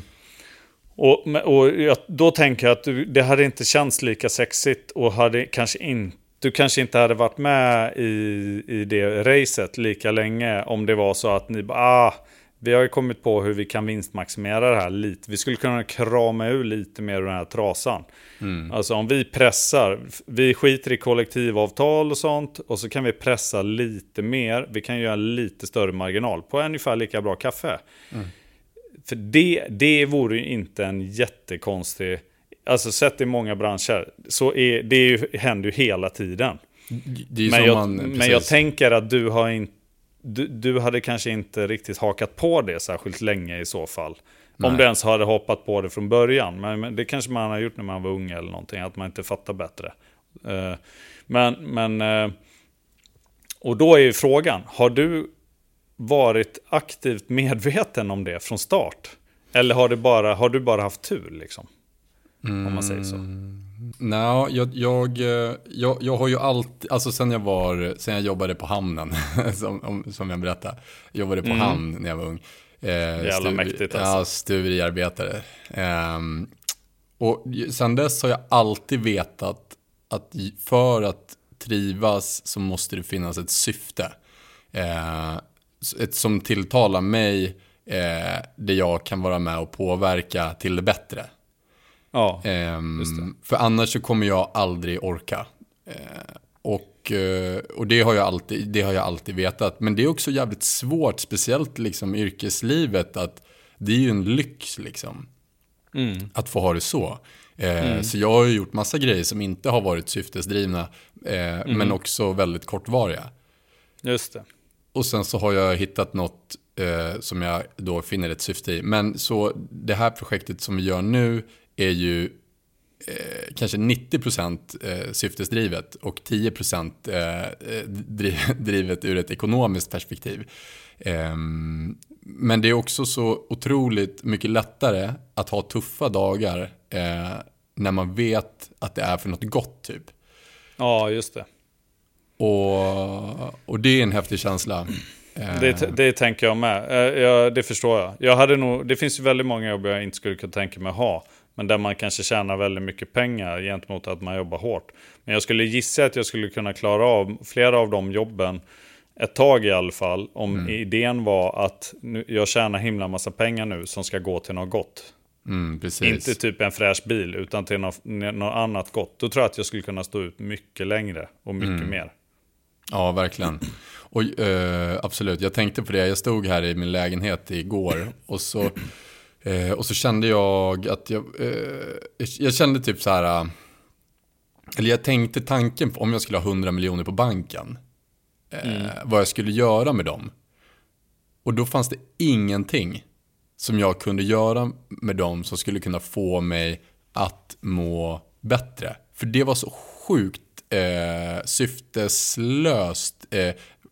och och jag, då tänker jag att du, det hade inte känts lika sexigt och hade kanske inte Du kanske inte hade varit med i, i det racet lika länge om det var så att ni bara, ah, vi har ju kommit på hur vi kan vinstmaximera det här lite. Vi skulle kunna krama ur lite mer ur den här trasan. Mm. Alltså om vi pressar, vi skiter i kollektivavtal och sånt och så kan vi pressa lite mer. Vi kan göra lite större marginal på ungefär lika bra kaffe. Mm. För det, det vore ju inte en jättekonstig... Alltså sett i många branscher så är det ju, händer ju hela tiden. Det är men, jag, man, men jag tänker att du har in, du, du hade kanske inte riktigt hakat på det särskilt länge i så fall. Nej. Om du ens hade hoppat på det från början. Men, men det kanske man har gjort när man var ung eller någonting. Att man inte fattar bättre. Uh, men, men uh, och då är ju frågan, har du varit aktivt medveten om det från start? Eller har du bara, har du bara haft tur liksom? Mm, om man säger så. Nej, jag, jag, jag, jag har ju alltid, alltså sen jag var, sen jag jobbade på hamnen, som, som jag berättade, jobbade på mm. hamn när jag var ung. Eh, Jävla stuv, mäktigt alltså. Ja, stuveriarbetare. Eh, och sen dess har jag alltid vetat att för att trivas så måste det finnas ett syfte. Eh, ett som tilltalar mig, eh, där jag kan vara med och påverka till det bättre. Ja, um, just det. För annars så kommer jag aldrig orka. Uh, och uh, och det, har jag alltid, det har jag alltid vetat. Men det är också jävligt svårt, speciellt liksom yrkeslivet, att det är ju en lyx liksom. Mm. Att få ha det så. Uh, mm. Så jag har ju gjort massa grejer som inte har varit syftesdrivna, uh, mm. men också väldigt kortvariga. Just det. Och sen så har jag hittat något uh, som jag då finner ett syfte i. Men så det här projektet som vi gör nu är ju eh, kanske nittio procent eh, syftesdrivet och tio procent eh, drivet ur ett ekonomiskt perspektiv. Eh, men det är också så otroligt mycket lättare att ha tuffa dagar eh, när man vet att det är för något gott typ. Ja, just det. Och, och det är en häftig känsla. Det, det tänker jag med. Ja, det förstår jag. jag hade nog, det finns ju väldigt många jobb jag inte skulle kunna tänka mig ha. Men där man kanske tjänar väldigt mycket pengar gentemot att man jobbar hårt. Men jag skulle gissa att jag skulle kunna klara av flera av de jobben ett tag i alla fall. Om mm. idén var att nu, jag tjänar himla massa pengar nu som ska gå till något gott. Mm, precis. Inte typ en fräsch bil utan till något, något annat gott. Då tror jag att jag skulle kunna stå ut mycket längre och mycket mm. mer. Ja, verkligen. Och, eh, absolut, jag tänkte på det. Jag stod här i min lägenhet igår och så... Eh, och så kände jag att jag, eh, jag kände typ så här, eh, eller jag tänkte tanken på om jag skulle ha hundra miljoner på banken, eh, mm. vad jag skulle göra med dem. Och då fanns det ingenting som jag kunde göra med dem som skulle kunna få mig att må bättre. För det var så sjukt eh, syfteslöst. Eh,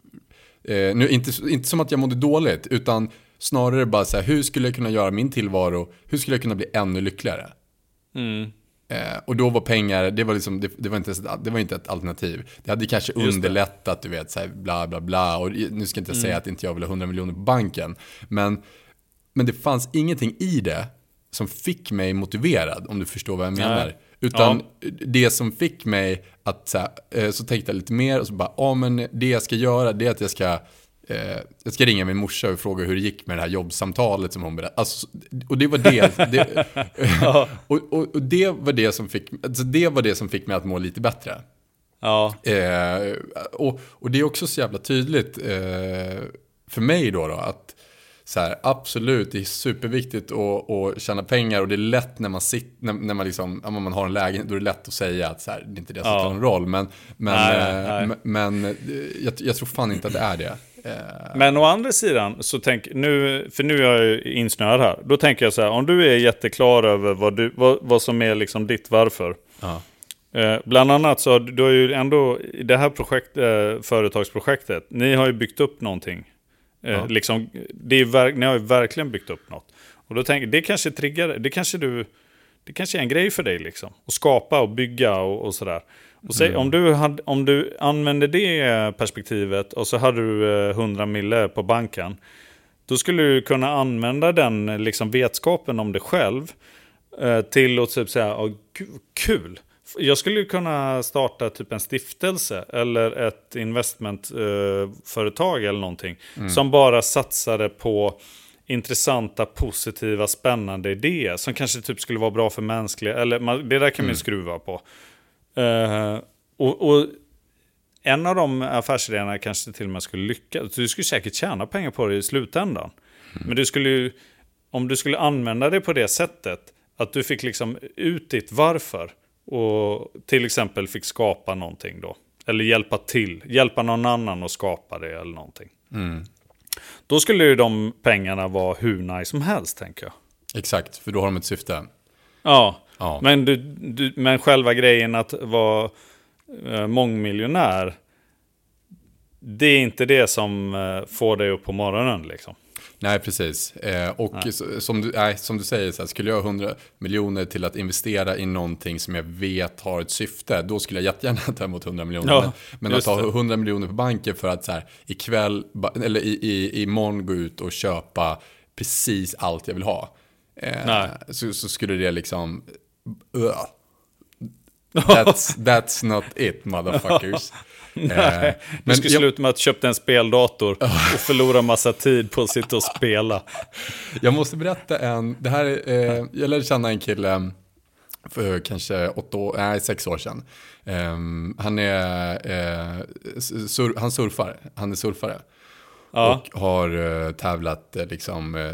eh, nu, inte, inte som att jag mådde dåligt, utan snarare bara så här, hur skulle jag kunna göra min tillvaro, hur skulle jag kunna bli ännu lyckligare? Mm. Eh, och då var pengar, det var, liksom, det, det, var inte, det var inte ett alternativ. Det hade kanske underlättat, du vet, så här, bla bla bla. Och nu ska jag inte mm. säga att inte jag vill ha hundra miljoner på banken. Men, men det fanns ingenting i det som fick mig motiverad, om du förstår vad jag menar. Nej. Utan ja. det som fick mig att så, här, så tänkte jag lite mer och så bara, ja men det jag ska göra, det är att jag ska eh, jag ska ringa min morsa och fråga hur det gick med det här jobbsamtalet som hon berättade. Alltså, och det var det, det ja. och, och, och det var det som fick, alltså det var det som fick mig att må lite bättre. Ja. Eh, och, och det är också så jävla tydligt eh, för mig då, då att så här, absolut, det är superviktigt att, att tjäna pengar, och det är lätt när man sitter, när, när man liksom, om man har en lägenhet, då är det lätt att säga att så här, det är inte det som ja. tar en roll, men men, nej, nej. men, men jag, jag tror fan inte att det är det. Men å andra sidan så tänk nu, för nu är jag insnöad här, då tänker jag så här, om du är jätteklar över vad, du, vad, vad som är liksom ditt varför. Ja. Eh, bland annat så du har ju ändå i det här projekt, eh, företagsprojektet, ni har ju byggt upp någonting. Eh, ja. liksom, det är verk, ni har ju verkligen byggt upp något. Och då tänker det kanske triggar, det kanske du, det kanske är en grej för dig liksom, att skapa och bygga och, och sådär. Och säg, mm. om, du hade, om du använder det perspektivet och så hade du hundra mille på banken, då skulle du kunna använda den liksom vetskapen om dig själv eh, till att typ säga, åh, kul. Jag skulle kunna starta typ en stiftelse eller ett investmentföretag eh, eller någonting mm. som bara satsade på intressanta, positiva, spännande idéer som kanske typ skulle vara bra för mänskliga, eller man, det där kan man mm. skruva på. Uh, och, och en av de affärsidéerna kanske till och med skulle lyckas. Du skulle säkert tjäna pengar på det i slutändan. Mm. Men du skulle ju, om du skulle använda det på det sättet, att du fick liksom ut ditt varför och till exempel fick skapa någonting då, eller hjälpa till, hjälpa någon annan att skapa det eller någonting. Mm. Då skulle ju de pengarna vara hur nice som helst, tänker jag. Exakt, för då har de ett syfte. Ja, ja. Men, du, du, men själva grejen att vara eh, mångmiljonär, det är inte det som eh, får dig upp på morgonen liksom. Nej, precis. Eh, och Nej. som, du, nej, som du säger, så här, skulle jag ha hundra miljoner till att investera i någonting som jag vet har ett syfte, då skulle jag jättegärna ta emot hundra miljoner. Ja, men men att ha hundra miljoner på banken för att så här, ikväll, eller i, i, imorgon gå ut och köpa precis allt jag vill ha. Eh, så, så skulle det liksom... Uh, that's, that's not it, motherfuckers. Nej, eh, du skulle sluta med att köpa en speldator och förlora massa tid på att sitta och spela. Jag måste berätta en... Det här, eh, jag lärde känna en kille för kanske åtta år, nej, sex år sedan. Eh, han är eh, sur, han surfar. Han är surfare. Ja. Och har uh, tävlat uh, liksom uh,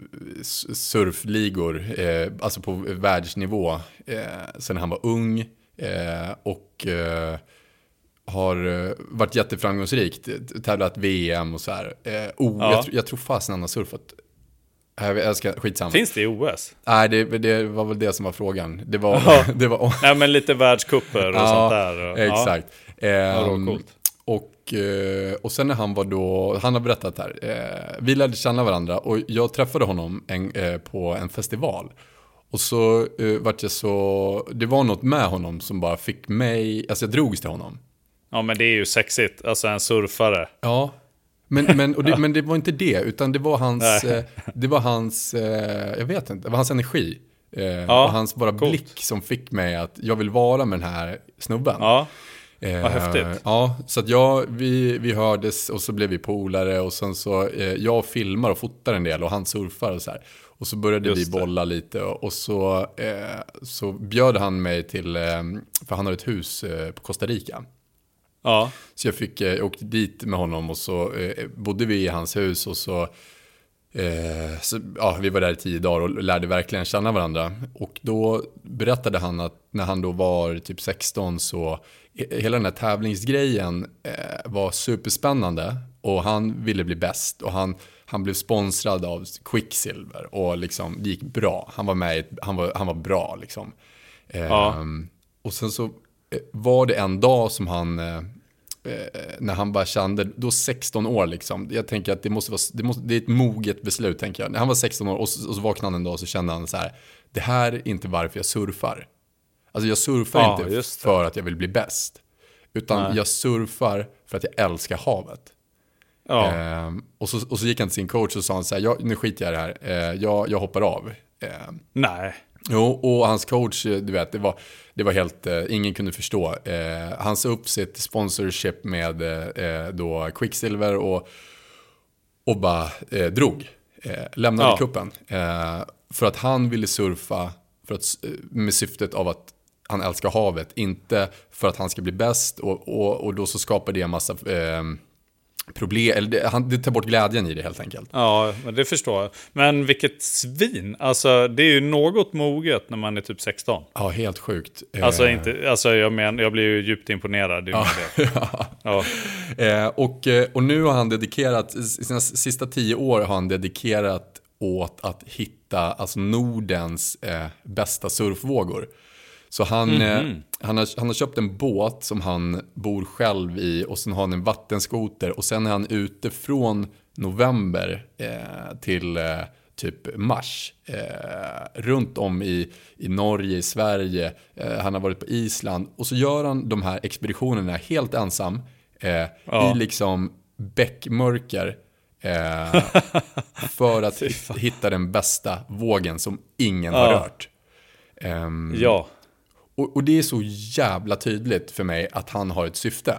surfligor, uh, alltså på världsnivå, uh, sen han var ung uh, och uh, har uh, varit jätteframgångsrikt, tävlat V M och så här. Uh, oh, ja. jag, jag tror fasen han har surfat. Jag, jag ska, skitsamma. Finns det i O S? Nej, det, det var väl det som var frågan. Det var... Ja, det var, ja men lite världskupper och ja, sånt där. Och, exakt. Ja. Um, ja, det var coolt. Och, och sen när han var då, han har berättat här, eh, vi lärde känna varandra och jag träffade honom en, eh, på en festival. Och så eh, vart jag så, det var något med honom som bara fick mig, alltså jag drogs till honom. Ja men det är ju sexigt, alltså en surfare. Ja, men, men, och det, men det var inte det, utan det var hans, eh, det var hans, eh, jag vet inte, det var hans energi. Eh, ja, och hans bara coolt. Blick som fick mig att jag vill vara med den här snubben. Ja. Vad häftigt. Eh, ja, så att jag, vi, vi hördes och så blev vi polare och sen så, eh, jag filmar och fotar en del och han surfar och så här. Och så började Just vi bolla det. lite och, och så, eh, så bjöd han mig till, eh, för han har ett hus eh, på Costa Rica. Ja. Så jag fick, eh, åkte dit med honom och så eh, bodde vi i hans hus och så, eh, så ja, vi var där i tio dagar och lärde verkligen känna varandra. Och då berättade han att när han då var typ sexton så hela den här tävlingsgrejen eh, var superspännande och han ville bli bäst och han, han blev sponsrad av Quicksilver och liksom det gick bra. Han var med, han var, han var bra liksom. Eh, ja. Och sen så eh, var det en dag som han eh, när han bara kände, då sexton år liksom, jag tänker att det måste vara, det, måste, det är ett moget beslut tänker jag. När han var sexton år och så, och så vaknade han en dag och så kände han så här, det här är inte varför jag surfar. Alltså jag surfar ja, inte för att jag vill bli bäst. Utan Nej. jag surfar för att jag älskar havet. Ja. Ehm, och, så, och så gick han till sin coach och sa han så här, jag, nu skiter jag i det här. Ehm, jag, jag hoppar av. Ehm, Nej. Jo, och hans coach, du vet, det var, det var helt, eh, ingen kunde förstå. Ehm, han sa upp sitt sponsorship med eh, då Quicksilver och, och bara eh, drog. Eh, lämnade ja. kuppen. Ehm, för att han ville surfa för att, med syftet av att han älskar havet, inte för att han ska bli bäst och, och, och då så skapar det en massa eh, problem, eller det, han, det tar bort glädjen i det helt enkelt. Ja, det förstår jag. Men vilket svin, alltså det är ju något moget när man är typ sexton. Ja, helt sjukt. Alltså, inte, alltså jag, men, jag blir ju djupt imponerad. Ja, ja. Ja. Eh, och, och nu har han dedikerat, sina sista tio år har han dedikerat åt att hitta alltså Nordens eh, bästa surfvågor. Så han, mm-hmm. eh, han, har, han har köpt en båt som han bor själv i och sen har han en vattenskoter och sen är han ute från november eh, till eh, typ mars eh, runt om i, i Norge, i Sverige. Eh, han har varit på Island och så gör han de här expeditionerna helt ensam eh, ja. i liksom bäckmörker. Eh, för att hitta den bästa vågen som ingen ja. har rört. Um, ja. Och, och det är så jävla tydligt för mig att han har ett syfte.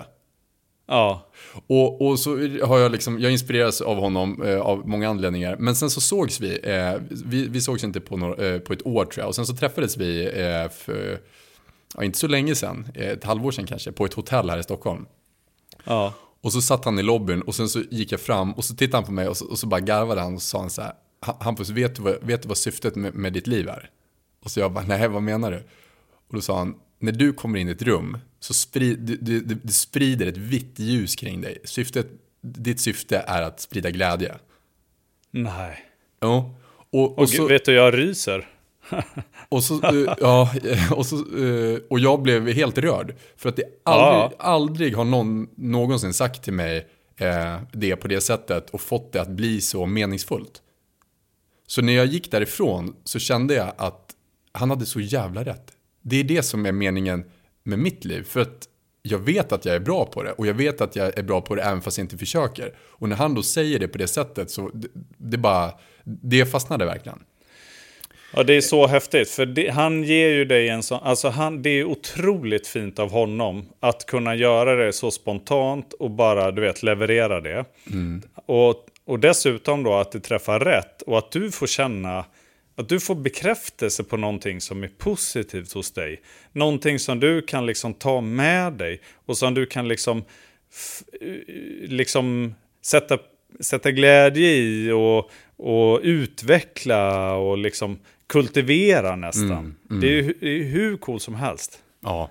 Ja. Och, och så har jag liksom, jag inspireras av honom eh, av många anledningar. Men sen så sågs vi, eh, vi, vi sågs inte på, några, eh, på ett år tror jag. Och sen så träffades vi eh, för, ja, inte så länge sedan, eh, ett halvår sedan kanske, på ett hotell här i Stockholm. Ja. Och så satt han i lobbyn och sen så gick jag fram och så tittade han på mig och så, och så bara garvade han och sa han så här, Hampus, vet du vad, vet du vad syftet med, med ditt liv är? Och så jag bara, nej, vad menar du? Och då sa han, när du kommer in i ett rum så sprid, du, du, du sprider ett vitt ljus kring dig. Syftet, ditt syfte är att sprida glädje. Nej. Ja. Och, och, och så, vet du, jag ryser. och så, ja, och, så, och jag blev helt rörd. För att det aldrig, ja. aldrig har någon någonsin sagt till mig eh, det på det sättet och fått det att bli så meningsfullt. Så när jag gick därifrån så kände jag att han hade så jävla rätt. Det är det som är meningen med mitt liv. För att jag vet att jag är bra på det. Och jag vet att jag är bra på det även fast jag inte försöker. Och när han då säger det på det sättet så det, det bara, det fastnade verkligen. Ja, det är så häftigt. För det, han ger ju dig en sån... Alltså han, det är otroligt fint av honom att kunna göra det så spontant och bara, du vet, leverera det. Mm. Och, och dessutom då att det träffar rätt och att du får känna... Att du får bekräftelse på någonting som är positivt hos dig. Någonting som du kan liksom ta med dig. Och som du kan liksom, f- liksom sätta, sätta glädje i och, och utveckla och liksom kultivera nästan. Mm, mm. Det är ju det är hur coolt som helst. Ja.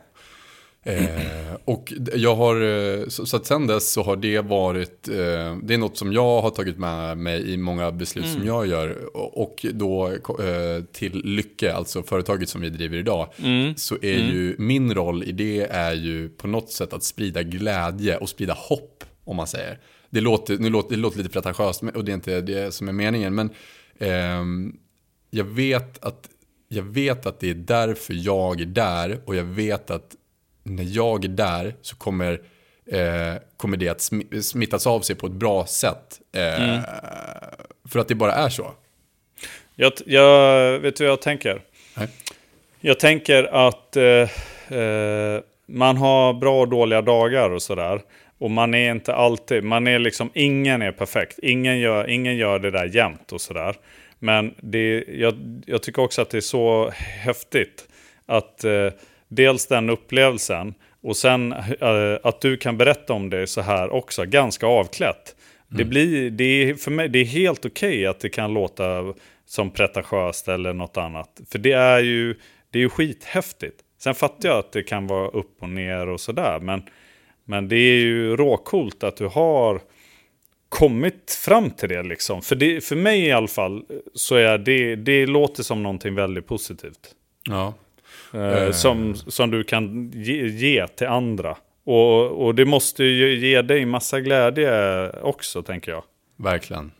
Eh, och jag har så, så att sen dess så har det varit eh, det är något som jag har tagit med mig i många beslut mm. som jag gör och, och då eh, till Lycke, alltså företaget som vi driver idag, mm. så är mm. ju min roll i det är ju på något sätt att sprida glädje och sprida hopp, om man säger. Det låter, nu låter, det låter lite pretentiöst och det är inte det som är meningen, men eh, jag vet att jag vet att det är därför jag är där och jag vet att när jag är där så kommer, eh, kommer det att smittas av sig på ett bra sätt. Eh, mm. För att det bara är så. Jag, jag vet du vad jag tänker? Nej. Jag tänker att eh, eh, man har bra och dåliga dagar och sådär. Och man är inte alltid, man är liksom, ingen är perfekt. Ingen gör, ingen gör det där jämt och sådär. Men det, jag, jag tycker också att det är så häftigt att... Eh, dels den upplevelsen och sen uh, att du kan berätta om det så här också, ganska avklätt. Mm. Det, blir, det, är, för mig, det är helt okej okay att det kan låta som pretentiöst eller något annat. För det är ju, det är ju skithäftigt. Sen fattar jag att det kan vara upp och ner och sådär. Men, men det är ju råcoolt att du har kommit fram till det liksom. För, det, för mig i alla fall så är det, det låter som någonting väldigt positivt. Ja. Uh, som, som du kan ge, ge till andra. Och, och det måste ju ge dig massa glädje också, tänker jag. Verkligen.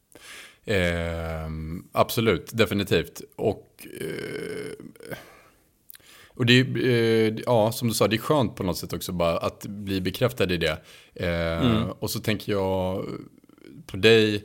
Eh, absolut, definitivt. Och, eh, och det är, eh, ja, som du sa, det är skönt på något sätt också bara att bli bekräftad i det. Eh, mm. Och så tänker jag på dig.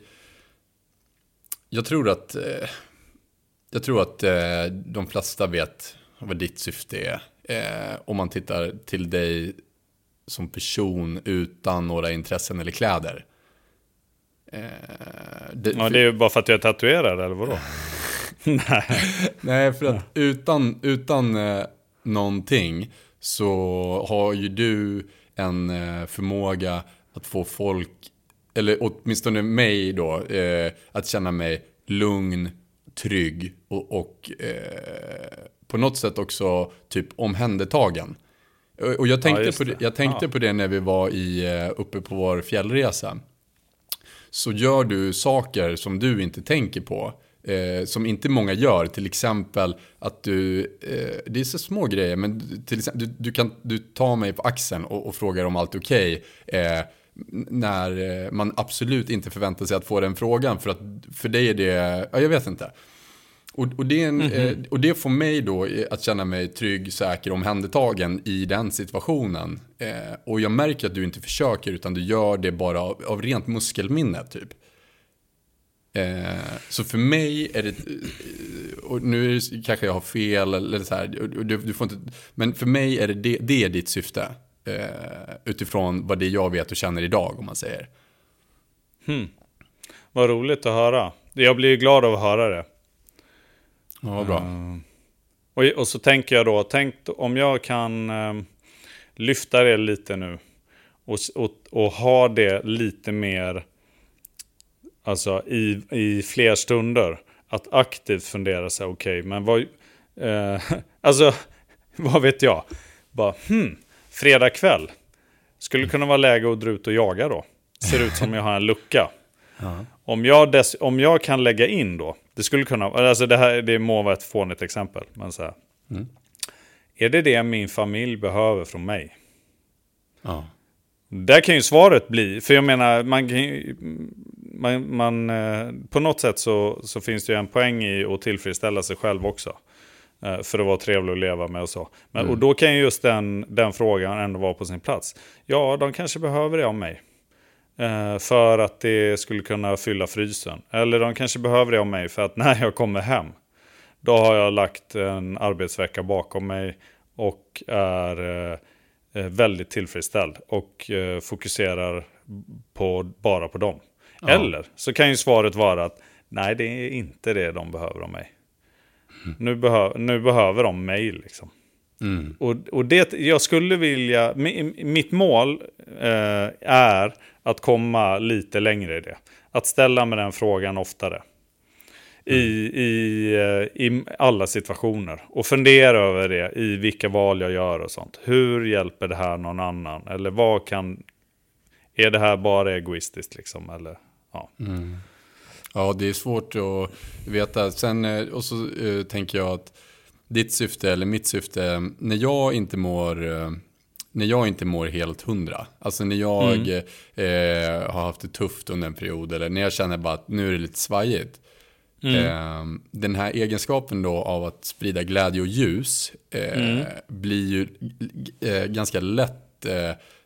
Jag tror att, eh, jag tror att eh, de flesta vet vad ditt syfte är. Eh, om man tittar till dig som person utan några intressen eller kläder. Eh, det, ja, det är ju bara för att jag är tatuerad, eller vadå? Nej. Nej, för att utan, utan eh, någonting så har ju du en eh, förmåga att få folk, eller åtminstone mig då, eh, att känna mig lugn, trygg och, och eh, på något sätt också typ omhändertagen. Och jag tänkte, ja, på, det, jag tänkte ja. på det när vi var i, uppe på vår fjällresa. Så gör du saker som du inte tänker på. Eh, som inte många gör. Till exempel att du... Eh, det är så små grejer. Men till exempel, du, du kan du tar mig på axeln och, och frågar om allt är okej. Eh, när man absolut inte förväntar sig att få den frågan. För, att, för dig är det... Ja, jag vet inte. Och, och, det är en, mm-hmm. eh, och det får mig då att känna mig trygg, säker, omhändertagen i den situationen. Eh, och jag märker att du inte försöker utan du gör det bara av, av rent muskelminne typ. Eh, så för mig är det, och nu är det, kanske jag har fel eller så här, du, du får inte, men för mig är det det, det är ditt syfte. Eh, utifrån vad det jag vet och känner idag, om man säger. Hmm. Vad roligt att höra. Jag blir glad av att höra det. Ja, bra. Uh, och, och så tänker jag då, tänk om jag kan uh, lyfta det lite nu och, och, och ha det lite mer alltså i, i fler stunder, att aktivt fundera sig, okej, okay, men vad uh, alltså, vad vet jag? Bara, hmm, fredag kväll skulle kunna vara läge att dra ut och jaga då. Ser ut som jag har en lucka. Uh-huh. Om jag, dess, om jag kan lägga in då, det skulle kunna, alltså det här, det må vara ett fånigt exempel, men så här. Mm. Är det det min familj behöver från mig? Ja. Där kan ju svaret bli, för jag menar, man, kan ju, man, man på något sätt så, så finns det ju en poäng i att tillfredsställa sig själv också. För att vara trevlig att leva med och så. Men, mm. Och då kan ju just den, den frågan ändå vara på sin plats. Ja, de kanske behöver det av mig. Eh, för att det skulle kunna fylla frysen. Eller de kanske behöver det av mig för att när jag kommer hem, då har jag lagt en arbetsvecka bakom mig och är eh, väldigt tillfredsställd. Och eh, fokuserar på, bara på dem. Ja. Eller så kan ju svaret vara att nej, det är inte det de behöver av mig. Mm. Nu, behö- nu behöver de mig liksom. Mm. Och, och det jag skulle vilja, mitt mål eh, är att komma lite längre i det. Att ställa mig den frågan oftare. Mm. I, i, I alla situationer. Och fundera över det i vilka val jag gör och sånt. Hur hjälper det här någon annan? Eller vad kan, är det här bara egoistiskt liksom? Eller, ja. Mm. Ja, det är svårt att veta. Sen, och så uh, tänker jag att ditt syfte eller mitt syfte, när jag inte mår, uh, när jag inte mår helt hundra, alltså när jag mm. uh, har haft det tufft under en period, eller när jag känner bara att nu är det lite svajigt. Mm. Uh, den här egenskapen då av att sprida glädje och ljus uh, mm. blir ju uh, ganska lätt uh,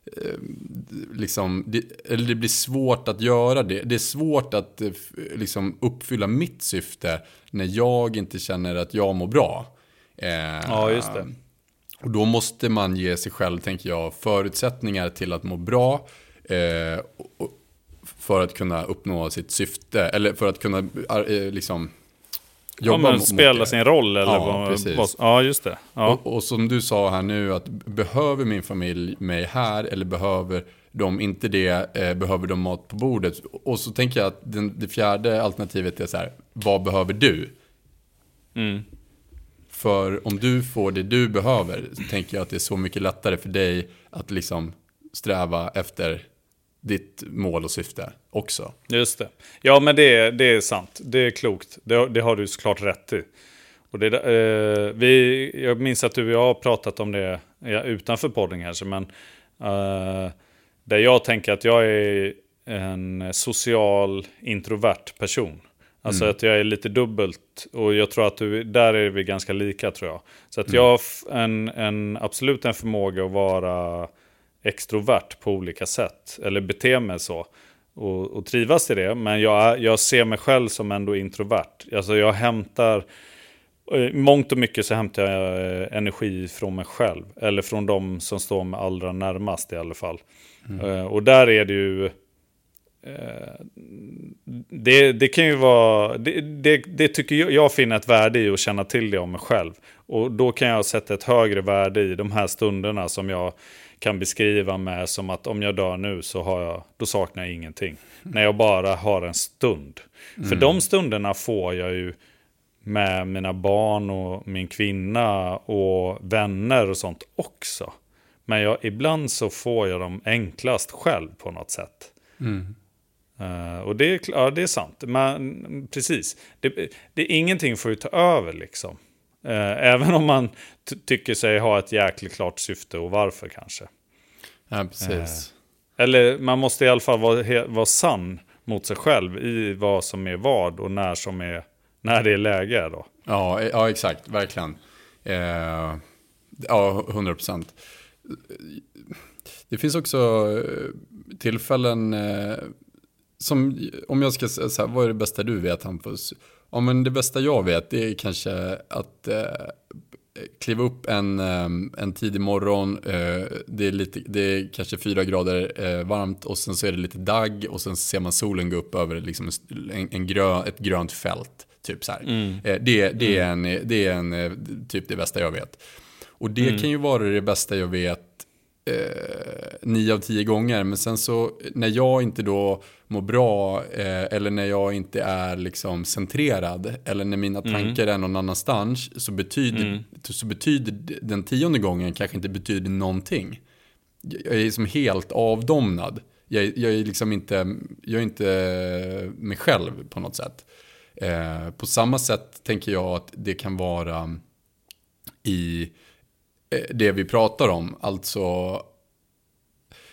liksom, det, eller det blir svårt att göra det. Det är svårt att liksom, uppfylla mitt syfte när jag inte känner att jag mår bra. Eh, ja, just det. Och då måste man ge sig själv, tänker jag, förutsättningar till att må bra eh, och, för att kunna uppnå sitt syfte. Eller för att kunna eh, liksom... Ja, men spela det. Sin roll eller ja, vad, precis. Vad, ja, just det. Ja. Och, och som du sa här nu, att behöver min familj mig här eller behöver de inte det, eh, behöver de mat på bordet? Och så tänker jag att den, det fjärde alternativet är så här, vad behöver du? Mm. För om du får det du behöver, så tänker jag att det är så mycket lättare för dig att liksom sträva efter ditt mål och syfte också. Just det. Ja, men det, det är sant. Det är klokt. Det, det har du såklart rätt i. Och det, eh, vi, jag minns att du och jag har pratat om det ja, utanför podden kanske. Men eh, där jag tänker att jag är en social introvert person. Alltså mm. att jag är lite dubbelt. Och jag tror att du, där är vi ganska lika, tror jag. Så att mm. jag har en, en, absolut en förmåga att vara extrovert på olika sätt. Eller bete mig så. Och, och trivas i det. Men jag, jag ser mig själv som ändå introvert. Alltså jag hämtar... Mångt och mycket så hämtar jag energi från mig själv. Eller från de som står mig allra närmast i alla fall. Mm. Och där är det ju... Det, det kan ju vara... Det, det, det tycker jag, jag finner ett värde i att känna till det om mig själv. Och då kan jag sätta ett högre värde i de här stunderna som jag kan beskriva med som att om jag dör nu så har jag, då saknar jag ingenting. Mm. När jag bara har en stund. Mm. För de stunderna får jag ju med mina barn och min kvinna och vänner och sånt också. Men jag, ibland så får jag dem enklast själv på något sätt. Mm. Uh, och det är, ja, det är sant. Men, precis. Det, det är ingenting får ju ta över liksom. Uh, även om man t- tycker sig ha ett jäkligt klart syfte och varför kanske. Ja, precis. Uh, eller man måste i alla fall vara, he- vara sann mot sig själv i vad som är vad och när, som är, när det är läge då. Ja, ja exakt. Verkligen. Uh, ja, hundra procent. Det finns också tillfällen... Uh, Som, om jag ska säga så här, vad är det bästa du vet, Hampus? Ja, men det bästa jag vet, det är kanske att eh, kliva upp en, eh, en tidig morgon. Eh, det, är lite, det är kanske fyra grader eh, varmt och sen så är det lite dagg och sen ser man solen gå upp över liksom en, en grön, ett grönt fält. Typ så här. Mm. Eh, det, det, är en, det är en typ det bästa jag vet. Och det mm. kan ju vara det bästa jag vet Eh, nio av tio gånger. Men sen så när jag inte då mår bra eh, eller när jag inte är liksom centrerad eller när mina tankar mm. är någon annanstans så betyder, mm. så betyder den tionde gången kanske inte betyder någonting. Jag är liksom helt avdomnad. Jag, jag är liksom inte jag är inte mig själv på något sätt. Eh, på samma sätt tänker jag att det kan vara i det vi pratar om, alltså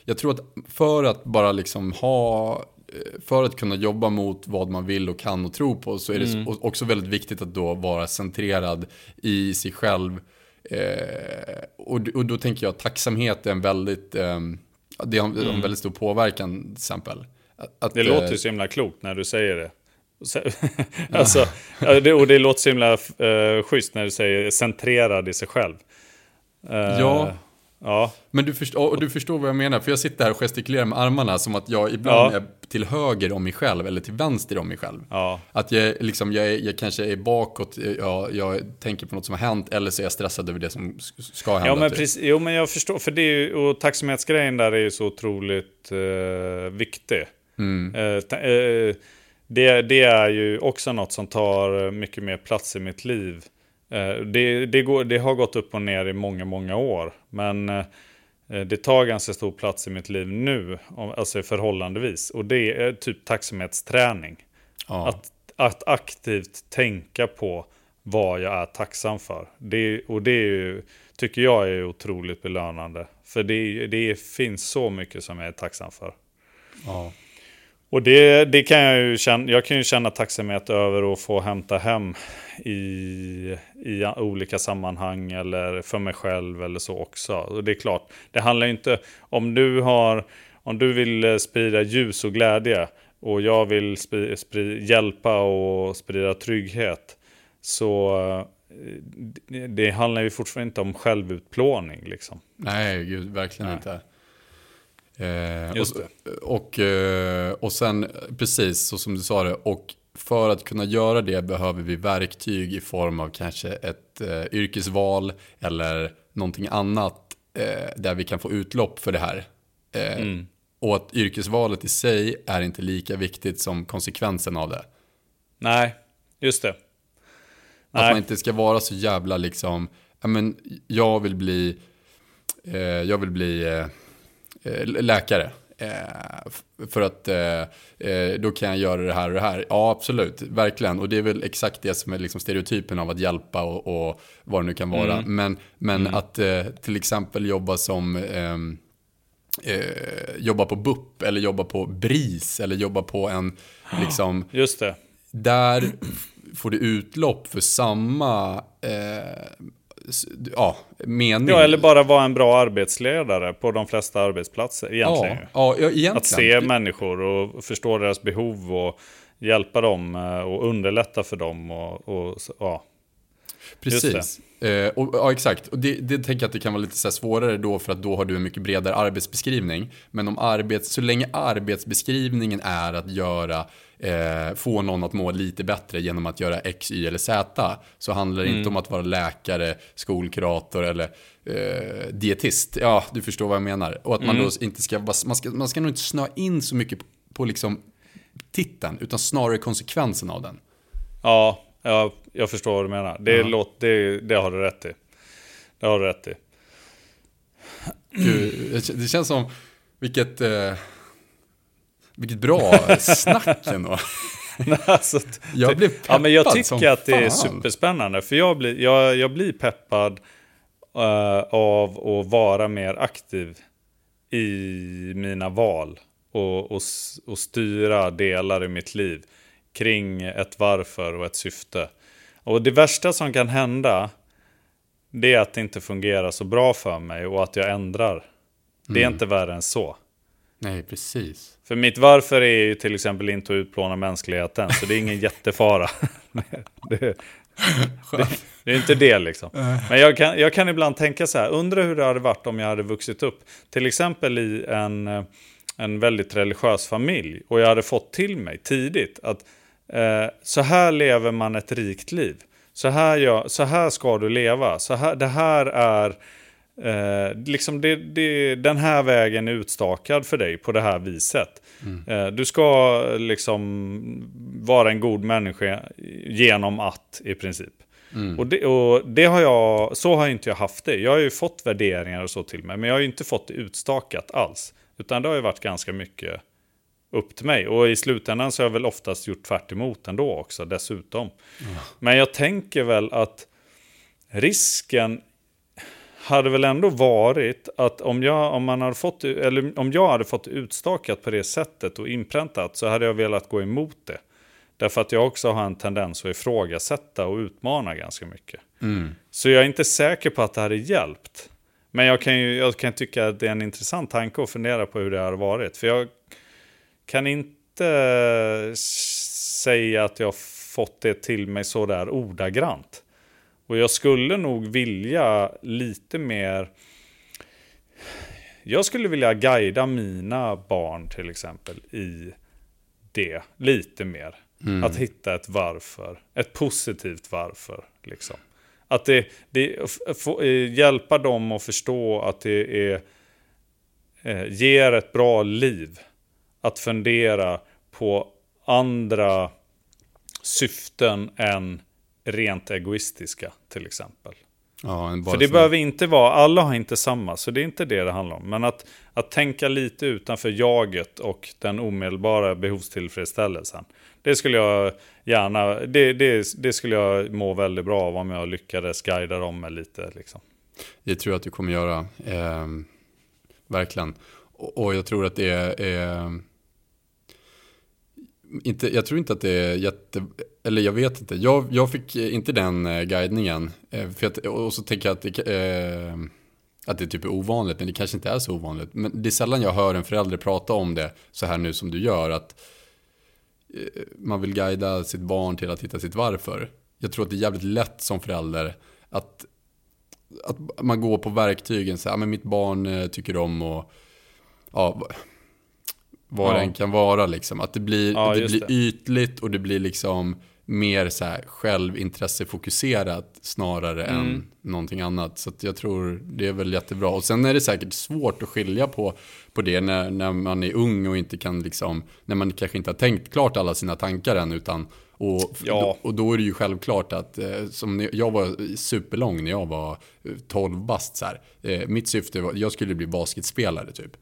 jag tror att för att bara liksom ha, för att kunna jobba mot vad man vill och kan och tro på, så är det mm. också väldigt viktigt att då vara centrerad i sig själv. Eh, och, och då tänker jag att tacksamhet är en väldigt, eh, det har en mm. väldigt stor påverkan till exempel. Att, det eh, låter ju så himla klokt när du säger det. Alltså, det, och det låter så himla uh, schysst när du säger centrerad i sig själv. Uh, ja. Ja. Men du förstår, och du förstår vad jag menar. För jag sitter här och gestikulerar med armarna som att jag ibland ja. är till höger om mig själv eller till vänster om mig själv. Ja. Att jag, liksom, jag, jag kanske är bakåt, jag, jag tänker på något som har hänt, eller så är jag stressad över det som ska hända. Ja, men typ. precis, jo, men jag förstår. För det är ju, och tacksamhetsgrejen där är ju så otroligt uh, viktig. Mm. Uh, ta, uh, det, det är ju också något som tar mycket mer plats i mitt liv. Det, det, går, det har gått upp och ner i många, många år. Men det tar ganska stor plats i mitt liv nu. Alltså förhållandevis. Och det är typ tacksamhetsträning. Ja. Att, att aktivt tänka på vad jag är tacksam för. Det, och det är ju, tycker jag är otroligt belönande. För det, det finns så mycket som jag är tacksam för. Ja. Och det, det kan jag ju känna, jag kan ju känna tacksamhet över att få hämta hem i, i olika sammanhang eller för mig själv eller så också. Och det är klart, det handlar ju inte om du har, om du vill sprida ljus och glädje och jag vill spri, spri, hjälpa och sprida trygghet, så det, det handlar ju fortfarande inte om självutplåning liksom. Nej, gud, verkligen Nej. inte. Eh, Just och, och, och sen precis så som du sa det, och för att kunna göra det behöver vi verktyg i form av kanske ett eh, yrkesval eller någonting annat eh, där vi kan få utlopp för det här. Eh, mm. Och att yrkesvalet i sig är inte lika viktigt som konsekvensen av det. Nej, just det. Att Nej. man inte ska vara så jävla liksom, ja, men jag vill bli eh, jag vill bli eh, läkare. För att då kan jag göra det här och det här. Ja, absolut, verkligen. Och det är väl exakt det som är liksom stereotypen av att hjälpa och, och vad det nu kan vara. Mm. Men, men mm. att till exempel jobba som eh, eh, jobba på B U P eller jobba på BRIS eller jobba på en liksom, just det. Där får du utlopp för samma eh, ja, mening. Ja, eller bara vara en bra arbetsledare på de flesta arbetsplatser egentligen. Ja, ja, egentligen. Att se människor och förstå deras behov och hjälpa dem och underlätta för dem och, och ja. Precis. Eh, och, ja, exakt. Och det, det tänker jag att det kan vara lite så här svårare då, för att då har du en mycket bredare arbetsbeskrivning. Men om arbets, så länge arbetsbeskrivningen är att göra eh, få någon att må lite bättre genom att göra X, Y eller Z, så handlar det mm. inte om att vara läkare, skolkurator eller eh, dietist. Ja, du förstår vad jag menar. Och att man mm. då inte ska, man ska man ska nog inte snöa in så mycket på, på liksom titeln, utan snarare konsekvensen av den. Ja, Ja, jag förstår vad du menar. Det, ja. låt, det, det har du rätt i. Det har du rätt i. Gud, det känns som vilket, eh, vilket bra snack ändå. alltså, jag blir peppad. Ja, men jag tycker att det fan. är superspännande. För jag blir, jag, jag blir peppad uh, av att vara mer aktiv i mina val. Och, och, och styra delar i mitt liv kring ett varför och ett syfte. Och det värsta som kan hända, det är att det inte fungerar så bra för mig och att jag ändrar. Det är mm. inte värre än så. Nej, precis. För mitt varför är ju till exempel inte att utplåna mänskligheten, så det är ingen jättefara. det, det, det är inte det liksom. Men jag kan, jag kan ibland tänka så här, undra hur det hade varit om jag hade vuxit upp till exempel i en, en väldigt religiös familj, och jag hade fått till mig tidigt att Eh, så här lever man ett rikt liv. Så här, ja, så här ska du leva. Så här, det här är eh, liksom det, det, den här vägen är utstakad för dig på det här viset. Mm. Eh, du ska liksom vara en god människa genom att i princip. Mm. Och, det, och det har jag, så har inte jag haft det. Jag har ju fått värderingar och så till mig, men jag har ju inte fått det utstakat alls. Utan det har ju varit ganska mycket upp till mig. Och i slutändan så har jag väl oftast gjort tvärt emot ändå också, dessutom. Mm. Men jag tänker väl att risken hade väl ändå varit att om jag, om man hade fått, eller om jag hade fått utstakat på det sättet och inpräntat, så hade jag velat gå emot det. Därför att jag också har en tendens att ifrågasätta och utmana ganska mycket. Mm. Så jag är inte säker på att det hade hjälpt. Men jag kan ju jag kan tycka att det är en intressant tanke att fundera på hur det har varit. För jag kan inte säga att jag har fått det till mig så där ordagrant. Och jag skulle nog vilja lite mer... Jag skulle vilja guida mina barn till exempel i det lite mer. Mm. Att hitta ett varför. Ett positivt varför. Liksom. Att det, det få, hjälpa dem att förstå att det är, eh, ger ett bra liv. Att fundera på andra syften än rent egoistiska till exempel. Ja, för det behöver inte vara, alla har inte samma, så det är inte det det handlar om. Men att, att tänka lite utanför jaget och den omedelbara behovstillfredsställelsen. Det skulle jag gärna, det, det, det skulle jag må väldigt bra av om jag lyckades guida dem med lite. Liksom. Det tror jag att du kommer göra. Eh, verkligen. Och, och jag tror att det är... Eh, inte, jag tror inte att det är jätte... Eller jag vet inte. Jag, jag fick inte den eh, guidningen. Eh, för att, och så tänker jag att det, eh, att det typ är ovanligt. Men det kanske inte är så ovanligt. Men det är sällan jag hör en förälder prata om det så här nu som du gör. Att eh, man vill guida sitt barn till att hitta sitt varför. Jag tror att det är jävligt lätt som förälder att, att man går på verktygen. Så här, men mitt barn eh, tycker om och... Ja, vad ja. den kan vara liksom. Att det blir, ja, det blir det. ytligt och det blir liksom mer så här självintressefokuserat snarare mm. än någonting annat. Så att jag tror det är väl jättebra. Och sen är det säkert svårt att skilja på, på det när, när man är ung och inte kan liksom, när man kanske inte har tänkt klart alla sina tankar än utan och, ja. och då är det ju självklart att eh, som jag var superlång när jag var tolv bast så här. Eh, mitt syfte var, jag skulle bli basketspelare typ.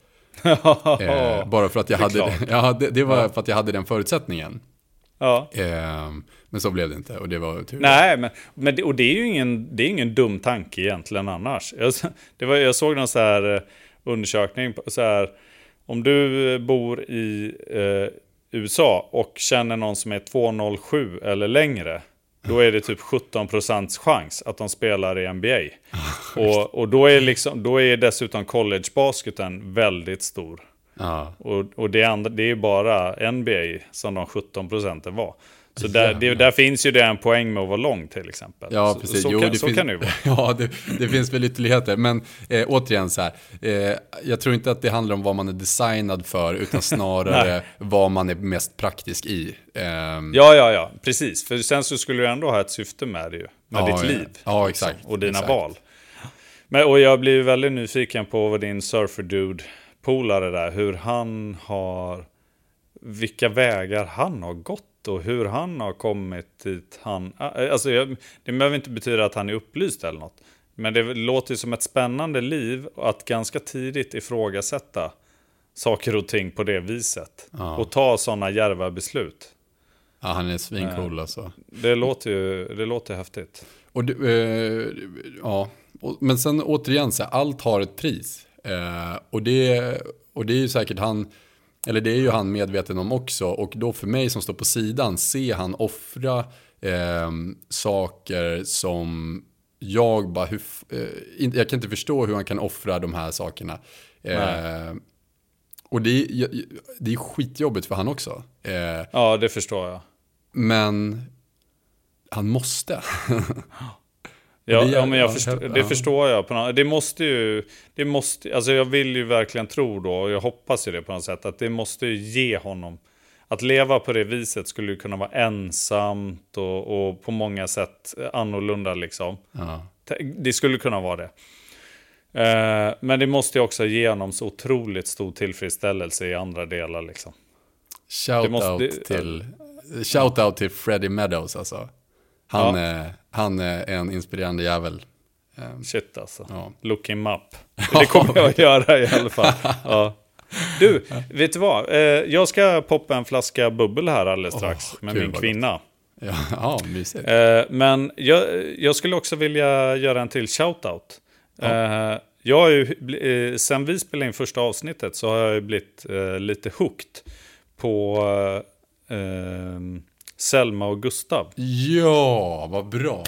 eh, bara för att jag hade det, ja, det, det var ja. för att jag hade den förutsättningen. Ja. Eh, men så blev det inte och det var tur. Nej, men, men det, och det är ju ingen det är ingen dum tanke egentligen annars. Jag, det var jag såg någon så här undersökning så här, om du bor i eh, U S A och känner någon som är två noll sju eller längre, då är det typ sjutton procent chans att de spelar i N B A. och, och då är liksom då är dessutom collegebasketen väldigt stor. Ja. Och, och det, andra, det är bara N B A som de sjutton procenten var. Så där, det, där finns ju det en poäng med att vara lång till exempel. Ja, precis. Så, så, jo, kan, det så finns, kan det ju vara. Ja, det, det finns väl ytterligheter. Men eh, återigen så här. Eh, jag tror inte att det handlar om vad man är designad för. Utan snarare vad man är mest praktisk i. Eh, ja, ja, ja. Precis. För sen så skulle du ändå ha ett syfte med det ju. Med ja, ditt liv. Ja, exakt. Liksom, och dina exakt. val. Men, och jag blir väldigt nyfiken på vad din surfer dude polare där. Hur han har... Vilka vägar han har gått. Och hur han har kommit dit han... Alltså jag, det behöver inte betyda att han är upplyst eller något. Men det låter som ett spännande liv att ganska tidigt ifrågasätta saker och ting på det viset. Ja. Och ta sådana djärva beslut. Ja, han är svincool alltså. Det låter ju det låter häftigt. Och det, eh, ja, och, men sen återigen så här, allt har ett pris. Eh, och, det, och det är ju säkert han... Eller det är ju han medveten om också. Och då för mig som står på sidan ser han offra eh, saker som jag bara... Hur, eh, jag kan inte förstå hur han kan offra de här sakerna. Eh, och det är, det är skitjobbigt för han också. Eh, ja, det förstår jag. Men han måste. Ja, ja, men jag förstår, det förstår jag på något. Det måste ju det måste alltså jag vill ju verkligen tro då och jag hoppas ju det på något sätt att det måste ju ge honom att leva på det viset skulle ju kunna vara ensamt och, och på många sätt annorlunda liksom. Ja. Det skulle kunna vara det. Eh, men det måste ju också ge honom så otroligt stor tillfredsställelse i andra delar liksom. Shout måste, out det, till äh, shout out till Freddie Meadows alltså. Han, ja. är, han är en inspirerande jävel. Shit alltså. Ja. Look him up. Det kommer jag att göra i alla fall. Ja. Du, vet du vad? Jag ska poppa en flaska bubbel här alldeles strax. Oh, med min kvinna. Ja, ja, mysigt. Men jag, jag skulle också vilja göra en till shoutout. Ja. Uh, jag har ju, uh, sen vi spelade in första avsnittet så har jag ju blivit uh, lite hooked på uh, uh, Selma och Gustav. Ja, vad bra.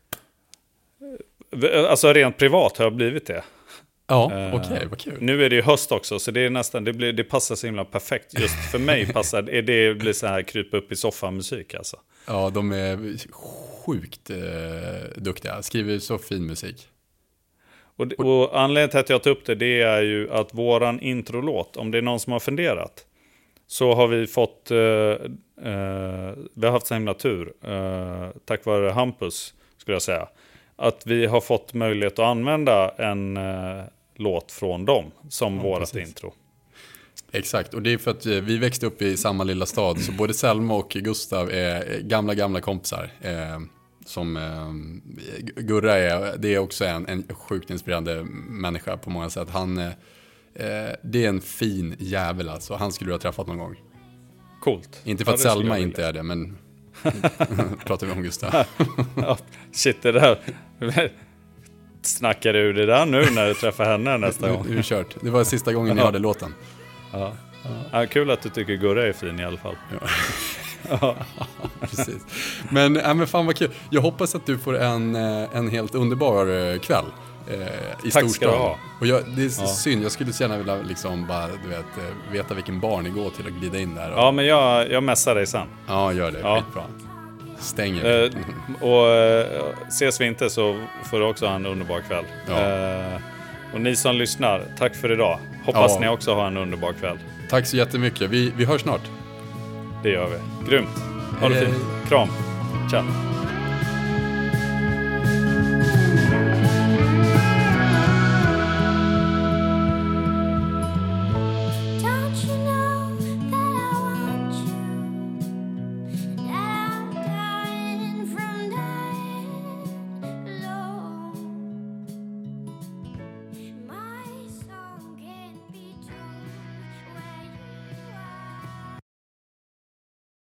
Uh, alltså rent privat har jag blivit det. Ja, okej, okay, vad kul. Nu är det ju höst också, så det är nästan det, blir, det passar så himla perfekt. Just för mig passar det, det blir så här krypa upp i soffan musik alltså. Ja, de är sjukt eh, duktiga. Skriver så fin musik. Och, det, och anledningen till att jag tar upp det, det är ju att våran introlåt, om det är någon som har funderat, så har vi fått, eh, eh, vi har haft så himla tur, eh, tack vare Hampus skulle jag säga, att vi har fått möjlighet att använda en eh, låt från dem som ja, vårat precis. Intro. Exakt, och det är för att vi växte upp i samma lilla stad, så både Selma och Gustav är gamla, gamla kompisar. Eh, som eh, Gurra är, det är också en, en sjukt inspirerande människa på många sätt. Han, eh, det är en fin jävel alltså, han skulle du ha träffat någon gång. Coolt. Inte för att ja, Selma inte är det, men pratar vi om Gustav. Ja, shit, det där. Snackar du det där nu när du träffar henne nästa gång? Nu är kört. Det var sista gången jag hörde låten. Ja. Ja, kul att du tycker Gurra är fin i alla fall. Ja. Ja, precis. Men, äh, men fan vad kul. Jag hoppas att du får en, en helt underbar kväll eh, i Tack storstad. ska du ha. Och jag, det är ja. synd, jag skulle så gärna vilja liksom bara, du vet, veta vilken bar ni går till och glida in där. Och... Ja, men jag, jag mässar dig sen. Ja, gör det. Ja. Skitbra. Stänger. Eh, och eh, ses vi inte så får du också ha en underbar kväll. Ja. Eh, och ni som lyssnar, tack för idag. Hoppas ja. Ni också har en underbar kväll. Tack så jättemycket. Vi, vi hörs snart. Det gör vi. Grymt. Ha det fint. Kram. Ciao.